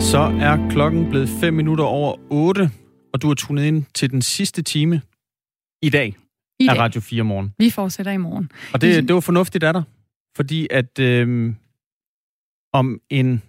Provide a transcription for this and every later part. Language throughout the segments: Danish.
Så er klokken blevet 5 minutter over 8, og du er tunet ind til den sidste time i dag af Radio 4 Morgen. Vi fortsætter i morgen. Og det var fornuftigt af dig, fordi at om en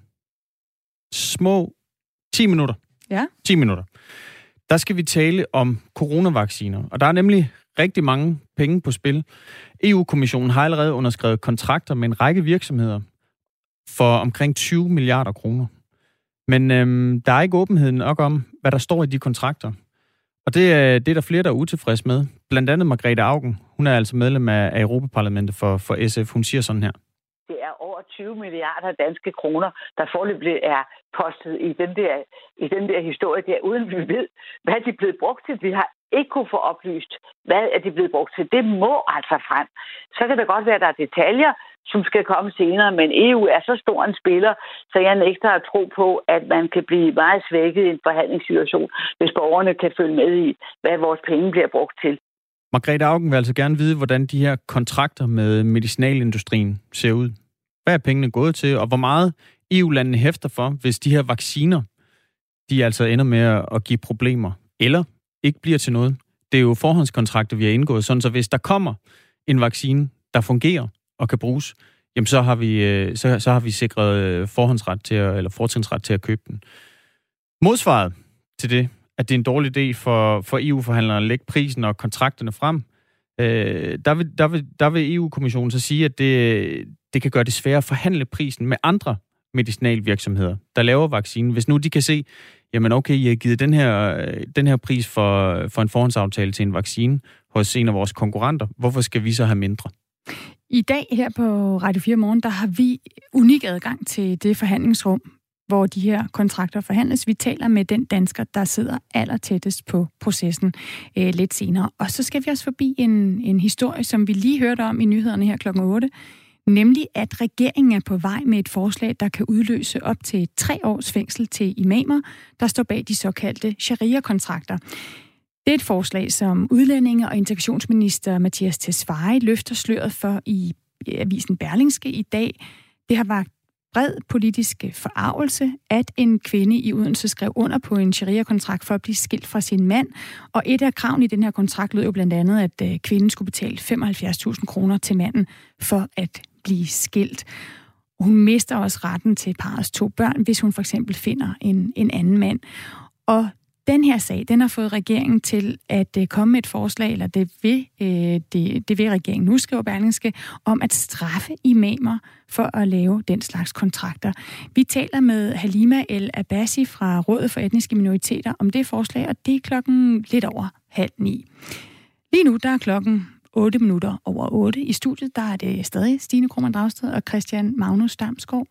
små 10 minutter, 10 minutter, der skal vi tale om coronavacciner. Og der er nemlig rigtig mange penge på spil. EU-kommissionen har allerede underskrevet kontrakter med en række virksomheder for omkring 20 milliarder kroner. Men der er ikke åbenhed nok om, hvad der står i de kontrakter. Og det er der flere, der er utilfredse med. Blandt andet Margrethe Auken. Hun er altså medlem af Europaparlamentet for SF. Hun siger sådan her. Det er over 20 milliarder danske kroner, der foreløbig er postet i den der historie der, uden vi ved, hvad de er blevet brugt til. Vi har ikke kunne få oplyst, hvad er de blevet brugt til. Det må altså frem. Så kan det godt være, at der er detaljer, som skal komme senere, men EU er så stor en spiller, så jeg nægter at tro på, at man kan blive meget svækket i en forhandlingssituation, hvis borgerne kan følge med i, hvad vores penge bliver brugt til. Margrethe Auken vil altså gerne vide, hvordan de her kontrakter med medicinalindustrien ser ud. Hvad er pengene gået til, og hvor meget EU-landene hæfter for, hvis de her vacciner, de altså ender med at give problemer, eller ikke bliver til noget. Det er jo forhåndskontrakter, vi har indgået, sådan så hvis der kommer en vaccine, der fungerer og kan bruges, jamen så har vi sikret fortrinsret til at købe den. Modsvaret til det, at det er en dårlig idé for EU-forhandlere at lægge prisen og kontrakterne frem, der vil EU-kommissionen så sige, at det kan gøre det sværere at forhandle prisen med andre medicinalvirksomheder, der laver vaccinen. Hvis nu de kan se, jamen okay, I har givet den her pris for en forhåndsaftale til en vaccine hos en af vores konkurrenter, hvorfor skal vi så have mindre? I dag her på Radio 4 Morgen, der har vi unik adgang til det forhandlingsrum, hvor de her kontrakter forhandles. Vi taler med den dansker, der sidder allertættest på processen lidt senere. Og så skal vi også forbi en historie, som vi lige hørte om i nyhederne her klokken 8, nemlig at regeringen er på vej med et forslag, der kan udløse op til 3 års fængsel til imamer, der står bag de såkaldte sharia-kontrakter. Det er et forslag, som udlændinge- og integrationsminister Mattias Tesfaye løfter sløret for i avisen Berlingske i dag. Det har vakt bred politisk forargelse, at en kvinde i Odense skrev under på en sharia-kontrakt for at blive skilt fra sin mand. Og et af kravene i den her kontrakt lød jo blandt andet, at kvinden skulle betale 75.000 kroner til manden for at blive skilt. Hun mister også retten til parrets 2 børn, hvis hun for eksempel finder en anden mand. Og den her sag, den har fået regeringen til at komme med et forslag, eller det vil regeringen nu, skriver Berlingske, om at straffe imamer for at lave den slags kontrakter. Vi taler med Halima El Abbasi fra Rådet for Etniske Minoriteter om det forslag, og det er klokken lidt over 8:30. Lige nu, der er klokken 8 minutter over 8. I studiet, der er det stadig Stine Krohmann Dragsted og Christian Magnus Damsgaard.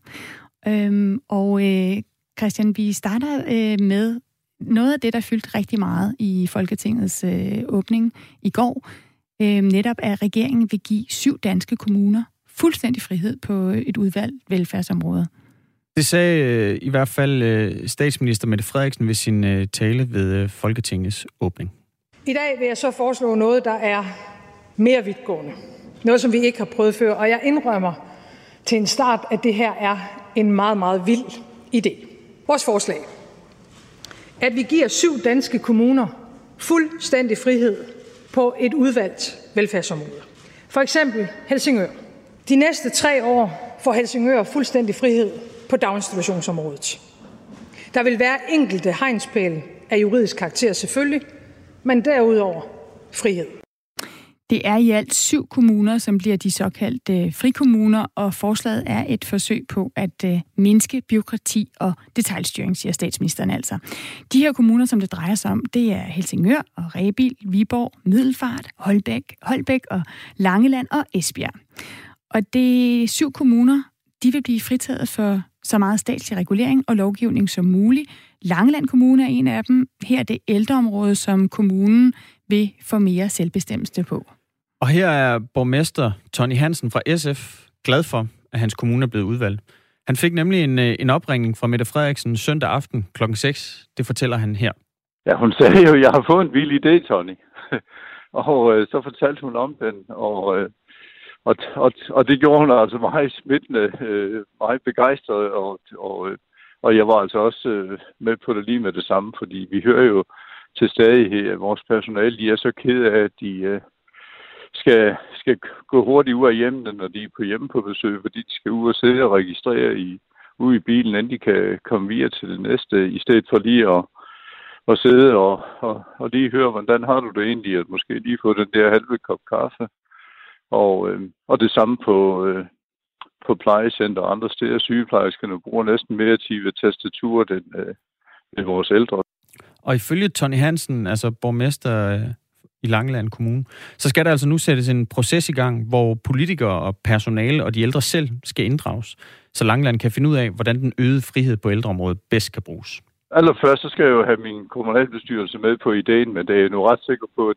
Christian, vi starter med noget af det, der fyldte rigtig meget i Folketingets åbning i går. Netop at regeringen vil give 7 danske kommuner fuldstændig frihed på et udvalgt velfærdsområde. Det sagde i hvert fald statsminister Mette Frederiksen ved sin tale ved Folketingets åbning. I dag vil jeg så foreslå noget, der er mere vidtgående. Noget, som vi ikke har prøvet før. Og jeg indrømmer til en start, at det her er en meget, meget vild idé. Vores forslag: at vi giver 7 danske kommuner fuldstændig frihed på et udvalgt velfærdsområde. For eksempel Helsingør. De næste 3 år får Helsingør fuldstændig frihed på daginstitutionsområdet. Der vil være enkelte hegnspæle af juridisk karakter selvfølgelig, men derudover frihed. Det er i alt 7 kommuner, som bliver de såkaldte frikommuner, og forslaget er et forsøg på at mindske bureaukrati og detailstyring, siger statsministeren altså. De her kommuner, som det drejer sig om, det er Helsingør og Rebild, Viborg, Middelfart, Holbæk og Langeland og Esbjerg. Og de 7 kommuner, de vil blive fritaget for så meget statslig regulering og lovgivning som muligt. Langeland Kommune er en af dem. Her er det ældreområde, som kommunen vil få mere selvbestemmelse på. Og her er borgmester Tonni Hansen fra SF glad for, at hans kommune er blevet udvalgt. Han fik nemlig en opringning fra Mette Frederiksen søndag aften klokken 6. Det fortæller han her. Ja, hun sagde jo, at jeg har fået en vild idé, Tonni. Og så fortalte hun om den, og det gjorde hun altså meget smittende, meget begejstret, Og jeg var altså også med på det lige med det samme, fordi vi hører jo til stadighed, at vores personale, de er så kede af, at de skal gå hurtigt ud af hjemmene, når de er på hjemme på besøg, fordi de skal ud og sidde og registrere ude i bilen, inden de kan komme videre til det næste, i stedet for lige at sidde og lige høre, hvordan har du det egentlig, at måske lige få den der halve kop kaffe. Og det samme på plejecenter og andre steder. Sygeplejerskerne bruger næsten mere tid ved tastatur end vores ældre. Og ifølge Tonni Hansen, altså borgmester i Langeland Kommune, så skal der altså nu sættes en proces i gang, hvor politikere og personale og de ældre selv skal inddrages, så Langeland kan finde ud af, hvordan den øgede frihed på ældreområdet bedst kan bruges. Allerførst så skal jeg jo have min kommunalbestyrelse med på ideen, men det er jeg nu ret sikker på, at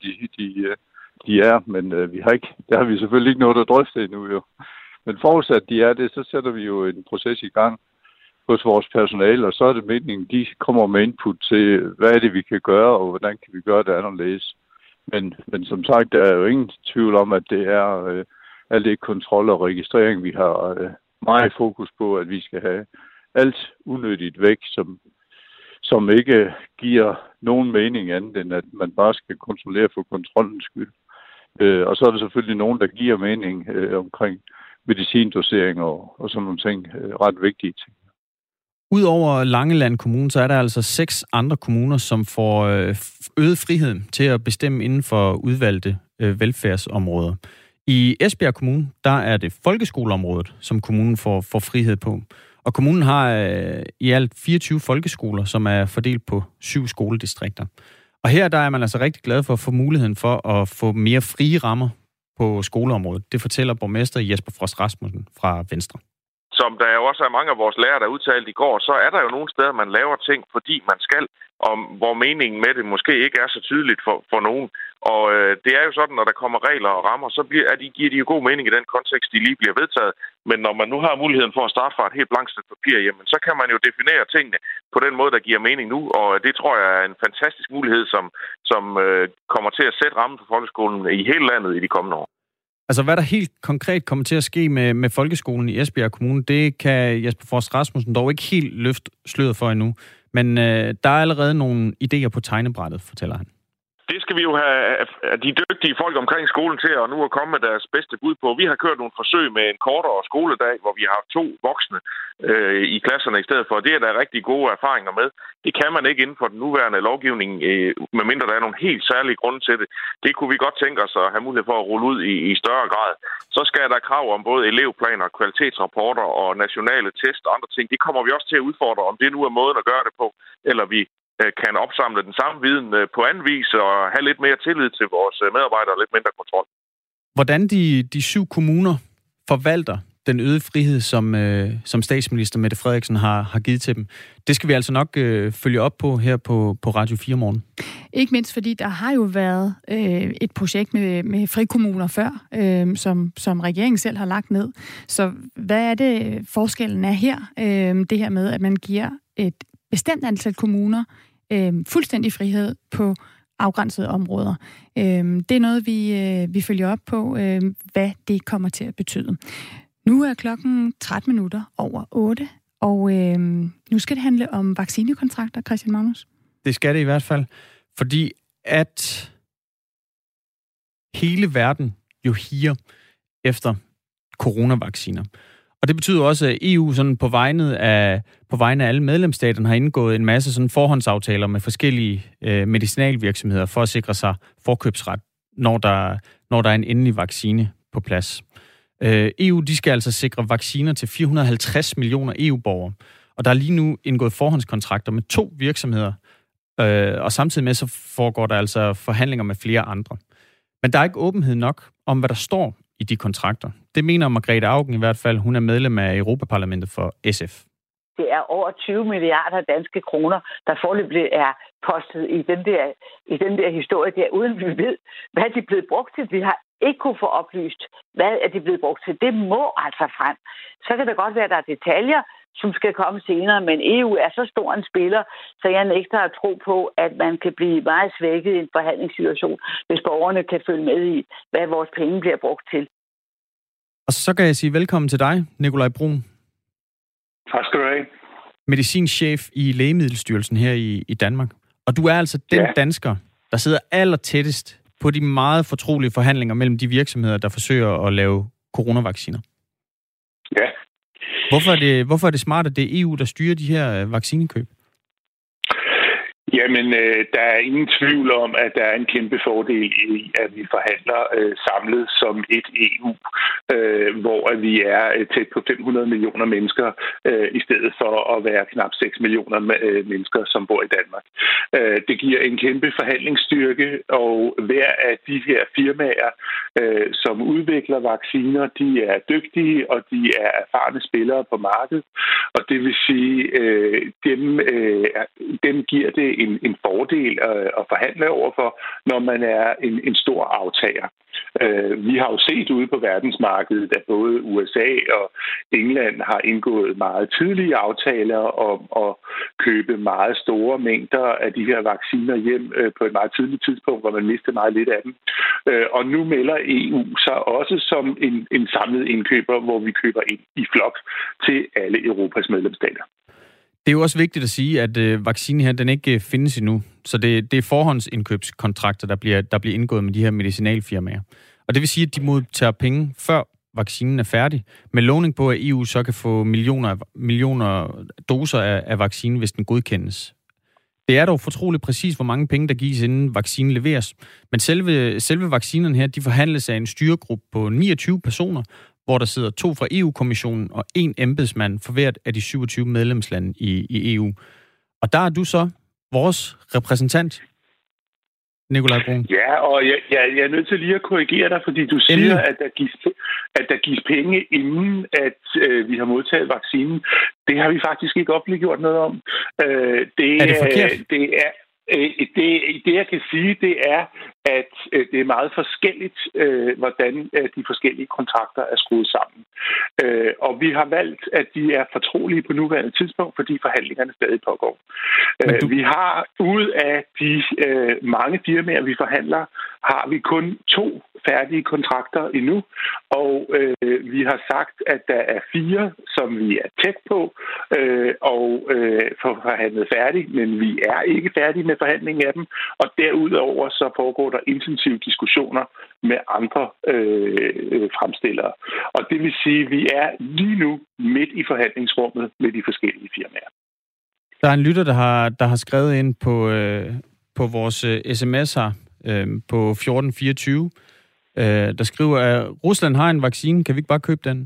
de er, men der har vi selvfølgelig ikke noget at drøfte endnu jo. Men forudsat de er det, så sætter vi jo en proces i gang hos vores personale, og så er det meningen, de kommer med input til, hvad er det, vi kan gøre, og hvordan kan vi gøre det anderledes. Men som sagt, der er jo ingen tvivl om, at det er alt det kontrol og registrering, vi har meget fokus på, at vi skal have alt unødigt væk, som ikke giver nogen mening andet, end at man bare skal kontrollere for kontrollens skyld. Og så er der selvfølgelig nogen, der giver mening omkring medicindosering og sådan nogle ting, ret vigtige ting. Udover Langeland Kommune, så er der altså 6 andre kommuner, som får øget frihed til at bestemme inden for udvalgte velfærdsområder. I Esbjerg Kommune, der er det folkeskoleområdet, som kommunen får frihed på. Og kommunen har i alt 24 folkeskoler, som er fordelt på 7 skoledistrikter. Og her der er man altså rigtig glad for at få muligheden for at få mere frie rammer på skoleområdet. Det fortæller borgmester Jesper Frost Rasmussen fra Venstre. Som der jo også er mange af vores lærere, der udtalte i går, så er der jo nogle steder, man laver ting, fordi man skal, og hvor meningen med det måske ikke er så tydeligt for nogen. Og det er jo sådan, når der kommer regler og rammer, så giver de jo god mening i den kontekst, de lige bliver vedtaget. Men når man nu har muligheden for at starte fra et helt blankt stykke papir, jamen, så kan man jo definere tingene på den måde, der giver mening nu. Og det tror jeg er en fantastisk mulighed, som kommer til at sætte rammen for folkeskolen i hele landet i de kommende år. Altså, hvad der helt konkret kommer til at ske med folkeskolen i Esbjerg Kommune, det kan Jesper Frost Rasmussen dog ikke helt løfte sløret for endnu. Men der er allerede nogle idéer på tegnebrættet, fortæller han. Det skal vi jo have de dygtige folk omkring skolen til at nu at komme med deres bedste bud på. Vi har kørt nogle forsøg med en kortere skoledag, hvor vi har 2 voksne i klasserne i stedet for. Det er der rigtig gode erfaringer med. Det kan man ikke inden for den nuværende lovgivning, medmindre der er nogle helt særlige grunde til det. Det kunne vi godt tænke os at have mulighed for at rulle ud i større grad. Så skal der krav om både elevplaner, kvalitetsrapporter og nationale test og andre ting. Det kommer vi også til at udfordre, om det nu er måden at gøre det på, eller vi kan opsamle den samme viden på anden vis og have lidt mere tillid til vores medarbejdere og lidt mindre kontrol. Hvordan de 7 kommuner forvalter den øgede frihed, som statsminister Mette Frederiksen har givet til dem, det skal vi altså nok følge op på her på Radio 4 morgen. Ikke mindst fordi der har jo været et projekt med frikommuner før, som regeringen selv har lagt ned. Så hvad er det forskellen er her? Det her med, at man giver et bestemt antal kommuner fuldstændig frihed på afgrænsede områder. Det er noget, vi følger op på, hvad det kommer til at betyde. Nu er klokken 8:13, og nu skal det handle om vaccinekontrakter, Christian Magnus. Det skal det i hvert fald, fordi at hele verden jo higer efter coronavacciner. Og det betyder også, at EU sådan på vegne af alle medlemsstaterne har indgået en masse sådan forhåndsaftaler med forskellige medicinalvirksomheder for at sikre sig forkøbsret, når der er en endelig vaccine på plads. EU de skal altså sikre vacciner til 450 millioner EU-borgere, og der er lige nu indgået forhåndskontrakter med 2 virksomheder, og samtidig med så foregår der altså forhandlinger med flere andre. Men der er ikke åbenhed nok om, hvad der står i de kontrakter. Det mener Margrethe Auken i hvert fald. Hun er medlem af Europaparlamentet for SF. Det er over 20 milliarder danske kroner, der foreløbig er postet i den der historie der, uden vi ved, hvad de er blevet brugt til. Vi har ikke kunne få oplyst, hvad er de blevet brugt til. Det må altså frem. Så kan det godt være, at der er detaljer, som skal komme senere, men EU er så stor en spiller, så jeg nægter at tro på, at man kan blive meget svækket i en forhandlingssituation, hvis borgerne kan følge med i, hvad vores penge bliver brugt til. Og så kan jeg sige velkommen til dig, Nikolaj Brun. Tak skal du have. medicinchef i Lægemiddelstyrelsen her i Danmark. Og du er altså den dansker, der sidder allertættest på de meget fortrolige forhandlinger mellem de virksomheder, der forsøger at lave coronavacciner. Ja. Hvorfor er det smart, at det er EU, der styrer de her vaccinekøb? Jamen, der er ingen tvivl om, at der er en kæmpe fordel i, at vi forhandler samlet som et EU, hvor vi er tæt på 500 millioner mennesker, i stedet for at være knap 6 millioner mennesker, som bor i Danmark. Det giver en kæmpe forhandlingsstyrke, og hver af de her firmaer, som udvikler vacciner, de er dygtige, og de er erfarne spillere på markedet, og det vil sige, dem giver det en fordel at forhandle overfor, når man er en stor aftager. Vi har jo set ude på verdensmarkedet, at både USA og England har indgået meget tidlige aftaler om at købe meget store mængder af de her vacciner hjem på et meget tidligt tidspunkt, hvor man mistede meget lidt af dem. Og nu melder EU sig også som en samlet indkøber, hvor vi køber ind i flok til alle Europas medlemsstater. Det er jo også vigtigt at sige, at vaccinen her, den ikke findes endnu. Så det er forhåndsindkøbskontrakter, der bliver indgået med de her medicinalfirmaer. Og det vil sige, at de modtager penge, før vaccinen er færdig, med lovning på, at EU så kan få millioner doser af vaccinen, hvis den godkendes. Det er dog fortroligt præcis, hvor mange penge, der gives, inden vaccinen leveres. Men selve vaccinerne her, de forhandles af en styregruppe på 29 personer, hvor der sidder 2 fra EU-kommissionen og 1 embedsmand for hvert af de 27 medlemslande i EU. Og der er du så vores repræsentant, Nikolaj Brun. Ja, og jeg er nødt til lige at korrigere dig, fordi du siger, at der gives penge, inden at vi har modtaget vaccinen. Det har vi faktisk ikke offentliggjort noget om. Er det forkert? Det, jeg kan sige, det er, at det er meget forskelligt, hvordan de forskellige kontrakter er skruet sammen. Og vi har valgt, at de er fortrolige på nuværende tidspunkt, fordi forhandlingerne stadig pågår. Vi har ud af de mange firmaer, vi forhandler, har vi kun 2 færdige kontrakter endnu, og vi har sagt, at der er 4, som vi er tæt på og får forhandlet færdigt, men vi er ikke færdige med forhandlingen af dem, og derudover så foregår der intensive diskussioner med andre fremstillere. Og det vil sige, at vi er lige nu midt i forhandlingsrummet med de forskellige firmaer. Der er en lytter, der har skrevet ind på vores sms her på 1424, der skriver, at Rusland har en vaccine. Kan vi ikke bare købe den?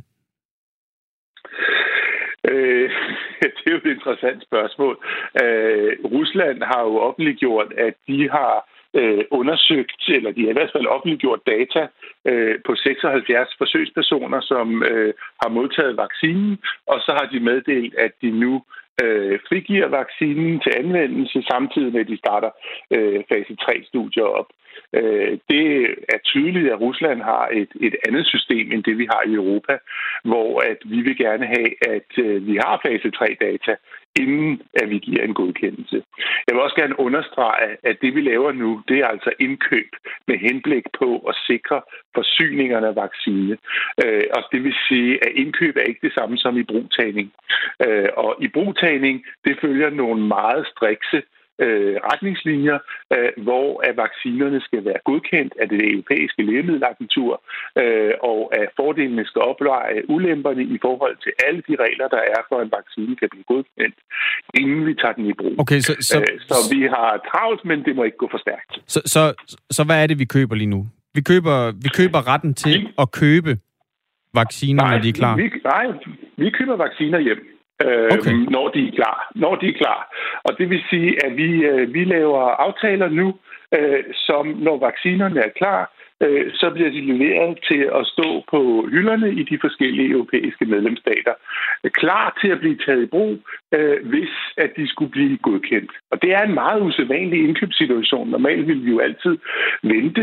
Det er jo et interessant spørgsmål. Rusland har jo offentliggjort, at de har undersøgt, eller de har i hvert fald offentliggjort data på 76 forsøgspersoner, som har modtaget vaccinen, og så har de meddelt, at de nu frigiver vaccinen til anvendelse, samtidig med, at de starter fase 3-studier op. Det er tydeligt, at Rusland har et andet system, end det vi har i Europa, hvor at vi vil gerne have, at vi har fase 3-data, inden at vi giver en godkendelse. Jeg vil også gerne understrege, at det vi laver nu, det er altså indkøb med henblik på at sikre forsyningerne af vaccine. Og det vil sige, at indkøb er ikke det samme som i brugtagning. Og i brugtagning, det følger nogle meget strikse retningslinjer, hvor at vaccinerne skal være godkendt af det europæiske lægemiddelagentur, og at fordelene skal opveje ulemperne i forhold til alle de regler, der er for, at en vaccine kan blive godkendt, inden vi tager den i brug. Okay, så vi har travlt, men det må ikke gå for stærkt. Så hvad er det, vi køber lige nu? Vi køber retten til at købe vacciner, når de er klar? Vi køber vacciner hjem. Okay. Når de er klar. Og det vil sige, at vi laver aftaler nu, som når vaccinerne er klar, så bliver de leveret til at stå på hylderne i de forskellige europæiske medlemsstater. Klar til at blive taget i brug, hvis at de skulle blive godkendt. Og det er en meget usædvanlig indkøbssituation. Normalt vil vi jo altid vente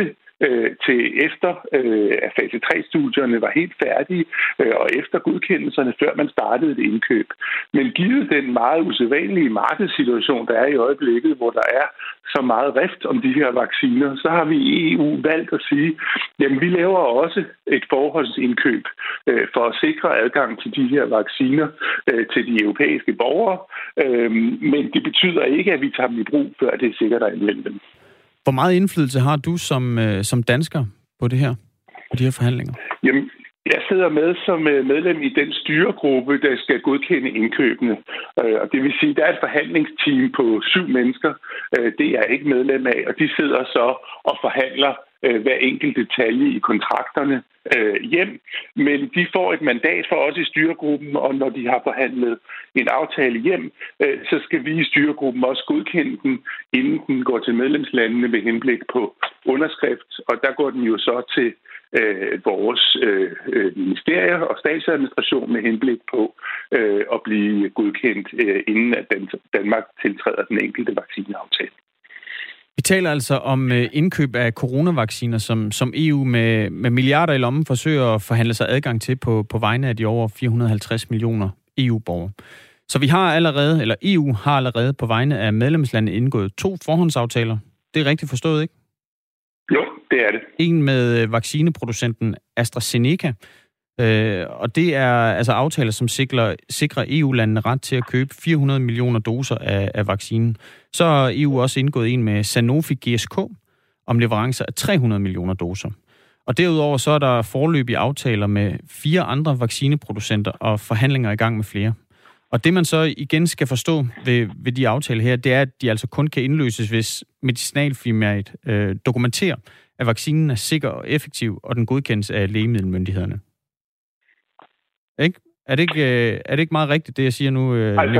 til efter at fase 3-studierne var helt færdige, og efter godkendelserne, før man startede et indkøb. Men givet den meget usædvanlige markedssituation, der er i øjeblikket, hvor der er så meget rift om de her vacciner, så har vi i EU valgt at sige, jamen vi laver også et forholdsindkøb for at sikre adgang til de her vacciner til de europæiske borgere, men det betyder ikke, at vi tager dem i brug, før det er sikkert at anvende dem. Hvor meget indflydelse har du som dansker på det her, på de her forhandlinger? Jamen, jeg sidder med som medlem i den styregruppe, der skal godkende indkøbene. Og det vil sige, at der er et forhandlingsteam på 7 mennesker. Det er jeg ikke medlem af, og de sidder så og forhandler hver enkelt detalje i kontrakterne hjem. Men de får et mandat for os i styregruppen, og når de har forhandlet en aftale hjem, så skal vi i styregruppen også godkende den, inden den går til medlemslandene med henblik på underskrift. Og der går den jo så til vores ministerier og statsadministration med henblik på at blive godkendt, inden at Danmark tiltræder den enkelte vaccineaftale. Vi taler altså om indkøb af coronavacciner, som EU med milliarder i lommen forsøger at forhandle sig adgang til på vegne af de over 450 millioner EU-borgere. Så EU har allerede på vegne af medlemslandet indgået 2 forhåndsaftaler. Det er rigtigt forstået, ikke? Jo, det er det. En med vaccineproducenten AstraZeneca, og det er altså aftaler, som sikrer EU-landene ret til at købe 400 millioner doser af vaccinen. Så har EU også indgået en med Sanofi GSK om leverancer af 300 millioner doser. Og derudover så er der foreløbige aftaler med 4 andre vaccineproducenter og forhandlinger i gang med flere. Og det man så igen skal forstå ved de aftaler her, det er, at de altså kun kan indløses, hvis medicinalfirmaet dokumenterer, at vaccinen er sikker og effektiv, og den godkendes af lægemiddelmyndighederne. Ikke? Er det ikke meget rigtigt, det jeg siger nu?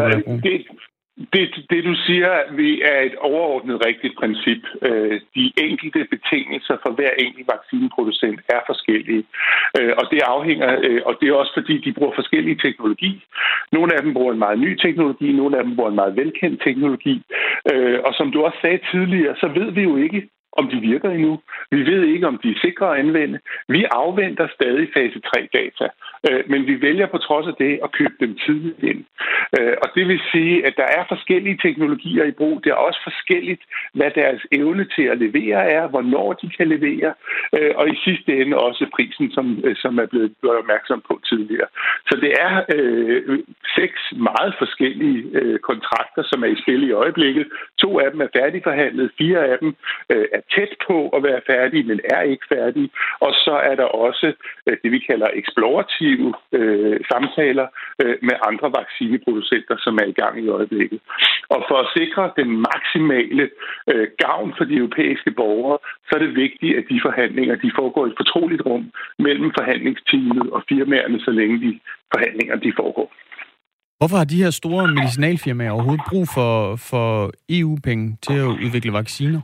Det du siger, er et overordnet rigtigt princip. De enkelte betingelser for hver enkelt vaccineproducent er forskellige. Og det afhænger, og det er også fordi, de bruger forskellige teknologi. Nogle af dem bruger en meget ny teknologi, nogle af dem bruger en meget velkendt teknologi. Og som du også sagde tidligere, så ved vi jo ikke, om de virker endnu. Vi ved ikke, om de er sikre at anvende. Vi afventer stadig fase 3-data, men vi vælger på trods af det at købe dem tidligt ind. Og det vil sige, at der er forskellige teknologier i brug. Det er også forskelligt, hvad deres evne til at levere er, hvornår de kan levere, og i sidste ende også prisen, som er blevet gjort opmærksom på tidligere. Så det er 6 meget forskellige kontrakter, som er i spil i øjeblikket. 2 af dem er færdigforhandlet, 4 af dem er tæt på at være færdige, men er ikke færdige. Og så er der også det, vi kalder eksplorative samtaler med andre vaccineproducenter, som er i gang i øjeblikket. Og for at sikre den maksimale gavn for de europæiske borgere, så er det vigtigt, at de forhandlinger de foregår i et fortroligt rum mellem forhandlingsteamet og firmaerne, så længe de forhandlinger de foregår. Hvorfor har de her store medicinalfirmaer overhovedet brug for EU-penge til at udvikle vacciner?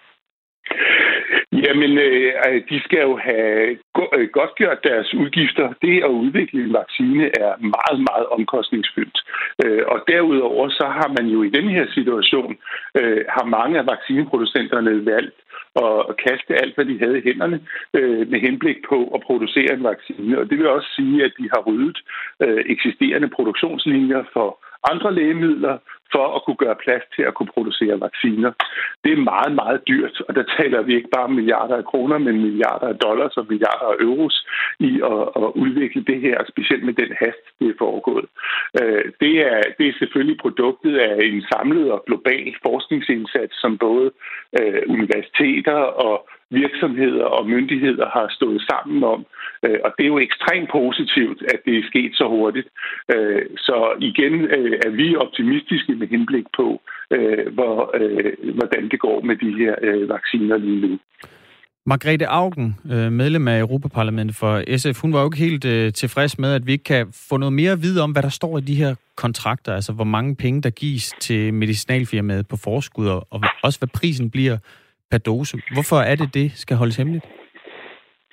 Jamen, de skal jo have godtgjort deres udgifter. Det at udvikle en vaccine er meget, meget omkostningsfyldt. Og derudover så har man jo i den her situation, har mange af vaccineproducenterne valgt at kaste alt, hvad de havde i hænderne med henblik på at producere en vaccine. Og det vil også sige, at de har ryddet eksisterende produktionslinjer for andre lægemidler for at kunne gøre plads til at kunne producere vacciner. Det er meget, meget dyrt, og der taler vi ikke bare om milliarder af kroner, men milliarder af dollars og milliarder af euros i at udvikle det her, specielt med den hast, det er foregået. Det er selvfølgelig produktet af en samlet og global forskningsindsats, som både universiteter og virksomheder og myndigheder har stået sammen om. Og det er jo ekstremt positivt, at det er sket så hurtigt. Så igen er vi optimistiske med henblik på, hvordan det går med de her vacciner lige nu. Margrethe Auken, medlem af Europaparlamentet for SF, hun var jo ikke helt tilfreds med, at vi ikke kan få noget mere at vide om, hvad der står i de her kontrakter, altså hvor mange penge, der gives til medicinalfirmaet på forskud, og også hvad prisen bliver per dose. Hvorfor er det skal holdes hemmeligt?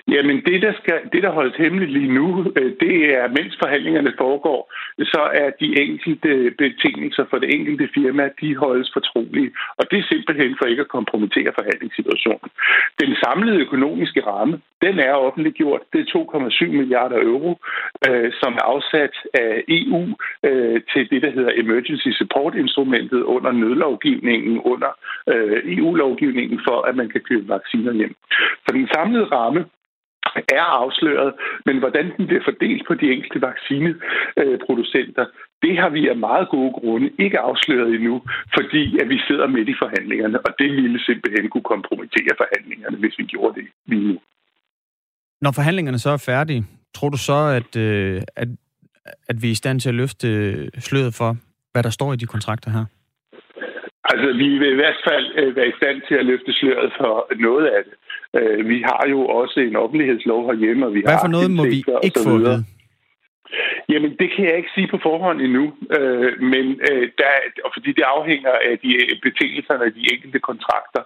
Jamen, det, der holdes hemmeligt lige nu, det er, mens forhandlingerne foregår, så er de enkelte betingelser for det enkelte firma, de holdes fortrolige. Og det er simpelthen for ikke at kompromittere forhandlingssituationen. Den samlede økonomiske ramme, den er offentliggjort. Det er 2,7 milliarder euro, som er afsat af EU til det, der hedder Emergency Support-instrumentet under nødlovgivningen, under EU-lovgivningen, for at man kan købe vacciner hjem. For den samlede ramme er afsløret, men hvordan den bliver fordelt på de enkelte vaccineproducenter, det har vi af meget gode grunde ikke afsløret endnu, fordi at vi sidder midt i forhandlingerne, og det ville simpelthen kunne kompromittere forhandlingerne, hvis vi gjorde det lige nu. Når forhandlingerne så er færdige, tror du så, at vi er i stand til at løfte sløret for, hvad der står i de kontrakter her? Altså, vi vil i hvert fald være i stand til at løfte sløret for noget af det. Vi har jo også en offentlighedslov herhjemme, og vi har... Hvad for noget må vi ikke få ved? Jamen, det kan jeg ikke sige på forhånd endnu, men fordi det afhænger af de betingelserne af de enkelte kontrakter.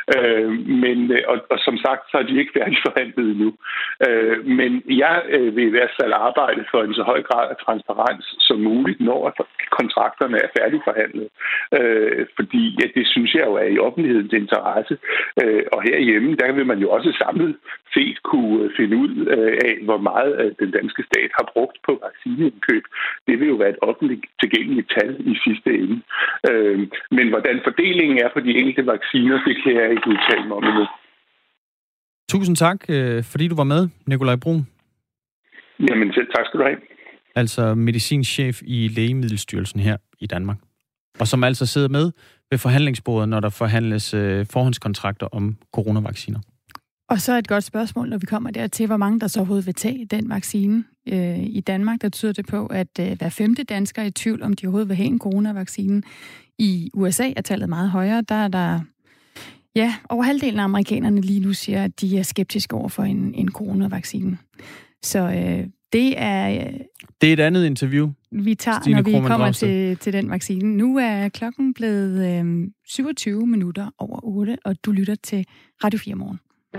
Og som sagt, så er de ikke færdigforhandlet endnu. Men jeg vil i hvert fald arbejde for en så høj grad af transparens som muligt, når kontrakterne er færdigforhandlet. Fordi det synes jeg jo er i offentlighedens interesse. Og herhjemme, der vil man jo også samlet set kunne finde ud af, hvor meget den danske stat har brugt på vaccineindkøb. Det vil jo være et offentligt tilgængeligt tal i sidste ende. Men hvordan fordelingen er på de enkelte vacciner, det kan jeg ikke udtale mig om endnu. Tusind tak, fordi du var med, Nikolaj Brun. Jamen selv tak skal du have. Altså medicinchef i Lægemiddelstyrelsen her i Danmark. Og som altså sidder med ved forhandlingsbordet, når der forhandles forhåndskontrakter om coronavacciner. Og så et godt spørgsmål, når vi kommer dertil, hvor mange der så overhovedet vil tage den vaccine. I Danmark, der tyder det på, at hver 5. dansker er i tvivl, om de overhovedet vil have en coronavaccine. I USA er tallet meget højere. Der er der, over halvdelen af amerikanerne lige nu siger, at de er skeptiske over for en coronavaccine. Så det er... Det er et andet interview, vi tager, Stine, når vi kommer til den vaccine. Nu er klokken blevet 27 minutter over 8, og du lytter til Radio 4 Morgen.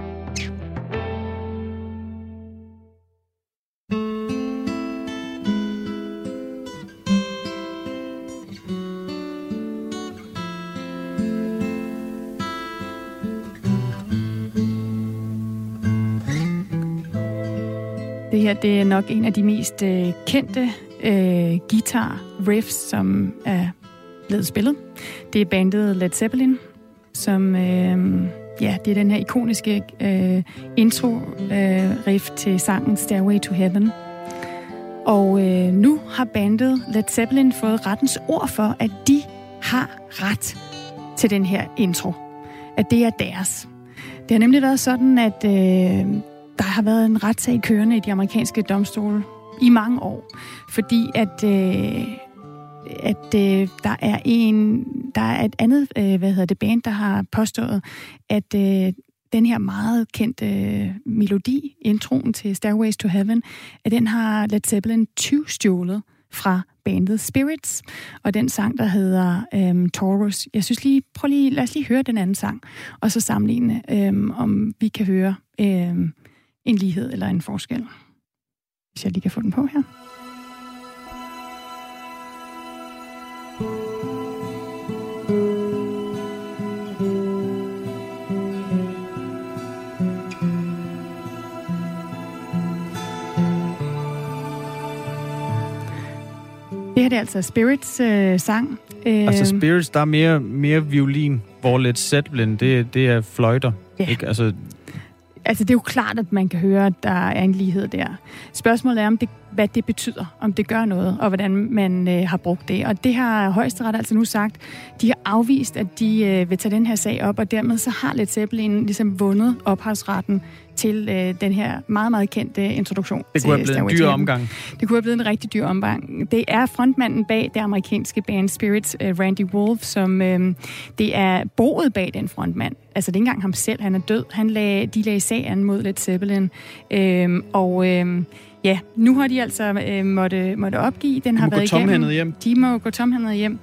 Det her, det er nok en af de mest kendte guitar-riffs, som er blevet spillet. Det er bandet Led Zeppelin, som det er den her ikoniske intro-riff til sangen Stairway to Heaven. Og nu har bandet Led Zeppelin fået rettens ord for, at de har ret til den her intro. At det er deres. Det har nemlig været sådan, at der har været en retssag kørende i de amerikanske domstole i mange år, fordi at der er et andet band, der har påstået, at den her meget kendte melodi, introen til Stairways to Heaven, at den har Led Zeppelin tyvstjålet fra bandet Spirits, og den sang, der hedder Taurus. Jeg synes lad os lige høre den anden sang, og så sammenligne, om vi kan høre en lighed eller en forskel. Hvis jeg lige kan få den på her. Det her det er altså Spirits sang. Altså Spirits, der er mere violin, hvor Led Zeppelin, det er fløjter. Ja. Ikke? Altså, det er jo klart, at man kan høre, at der er en lighed der. Spørgsmålet er, hvad det betyder, om det gør noget, og hvordan man har brugt det. Og det har Højesteret altså nu sagt. De har afvist, at de vil tage den her sag op, og dermed så har Led Zeppelin ligesom vundet ophavsretten til den her meget, meget kendte introduktion. Det kunne have blevet en dyr omgang. Det kunne have blevet en rigtig dyr omgang. Det er frontmanden bag det amerikanske band Spirits, Randy Wolf, som det er boet bag den frontmand. Altså, det er ikke engang ham selv, han er død. De lagde sag an mod Led Zeppelin. Nu har de altså måtte opgive. Den har været igennem. Hjem. De må gå tomhændet hjem.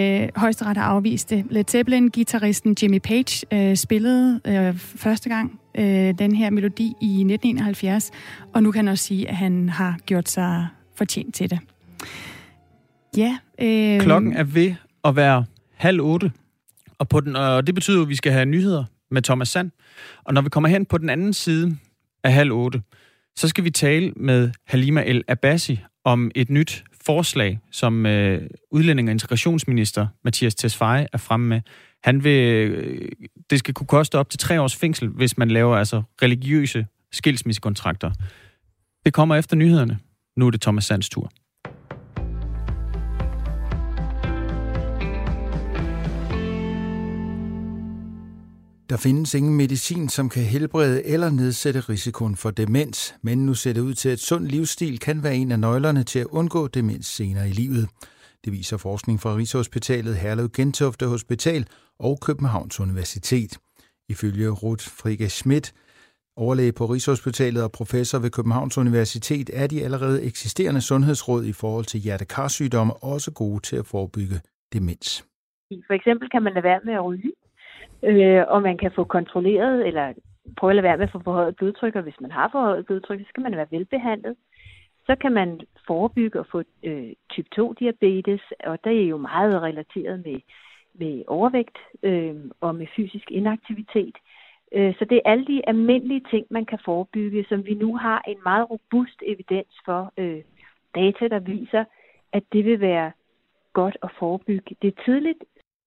Højesteret har afvist det. Led Zeppelin-guitaristen Jimmy Page spillede første gang den her melodi i 1971, og nu kan han også sige, at han har gjort sig fortjent til det. Ja. Klokken er ved at være 7:30, og det betyder, at vi skal have nyheder med Thomas Sand. Og når vi kommer hen på den anden side af 7:30, så skal vi tale med Halima El Abbasi om et nyt forslag, som udlænding- og integrationsminister Mattias Tesfaye er fremme med. Det skal kunne koste op til 3 års fængsel, hvis man laver altså religiøse skilsmissekontrakter. Det kommer efter nyhederne. Nu er det Thomas Sands tur. Der findes ingen medicin, som kan helbrede eller nedsætte risikoen for demens, men nu ser det ud til, at sund livsstil kan være en af nøglerne til at undgå demens senere i livet. Det viser forskning fra Rigshospitalet, Herlev Gentofte Hospital og Københavns Universitet. Ifølge Ruth Frigge Schmidt, overlæge på Rigshospitalet og professor ved Københavns Universitet, er de allerede eksisterende sundhedsråd i forhold til hjertekarsygdomme også gode til at forebygge demens. For eksempel kan man lade være med at ryge, og man kan få kontrolleret, eller prøve at lade være med at få forhøjet blodtryk, og hvis man har forhøjet blodtryk, så skal man være velbehandlet. Så kan man forebygge og få type 2-diabetes, og det er jo meget relateret med overvægt og med fysisk inaktivitet. Så det er alle de almindelige ting, man kan forebygge, som vi nu har en meget robust evidens for data, der viser, at det vil være godt at forebygge. Det er tidligt.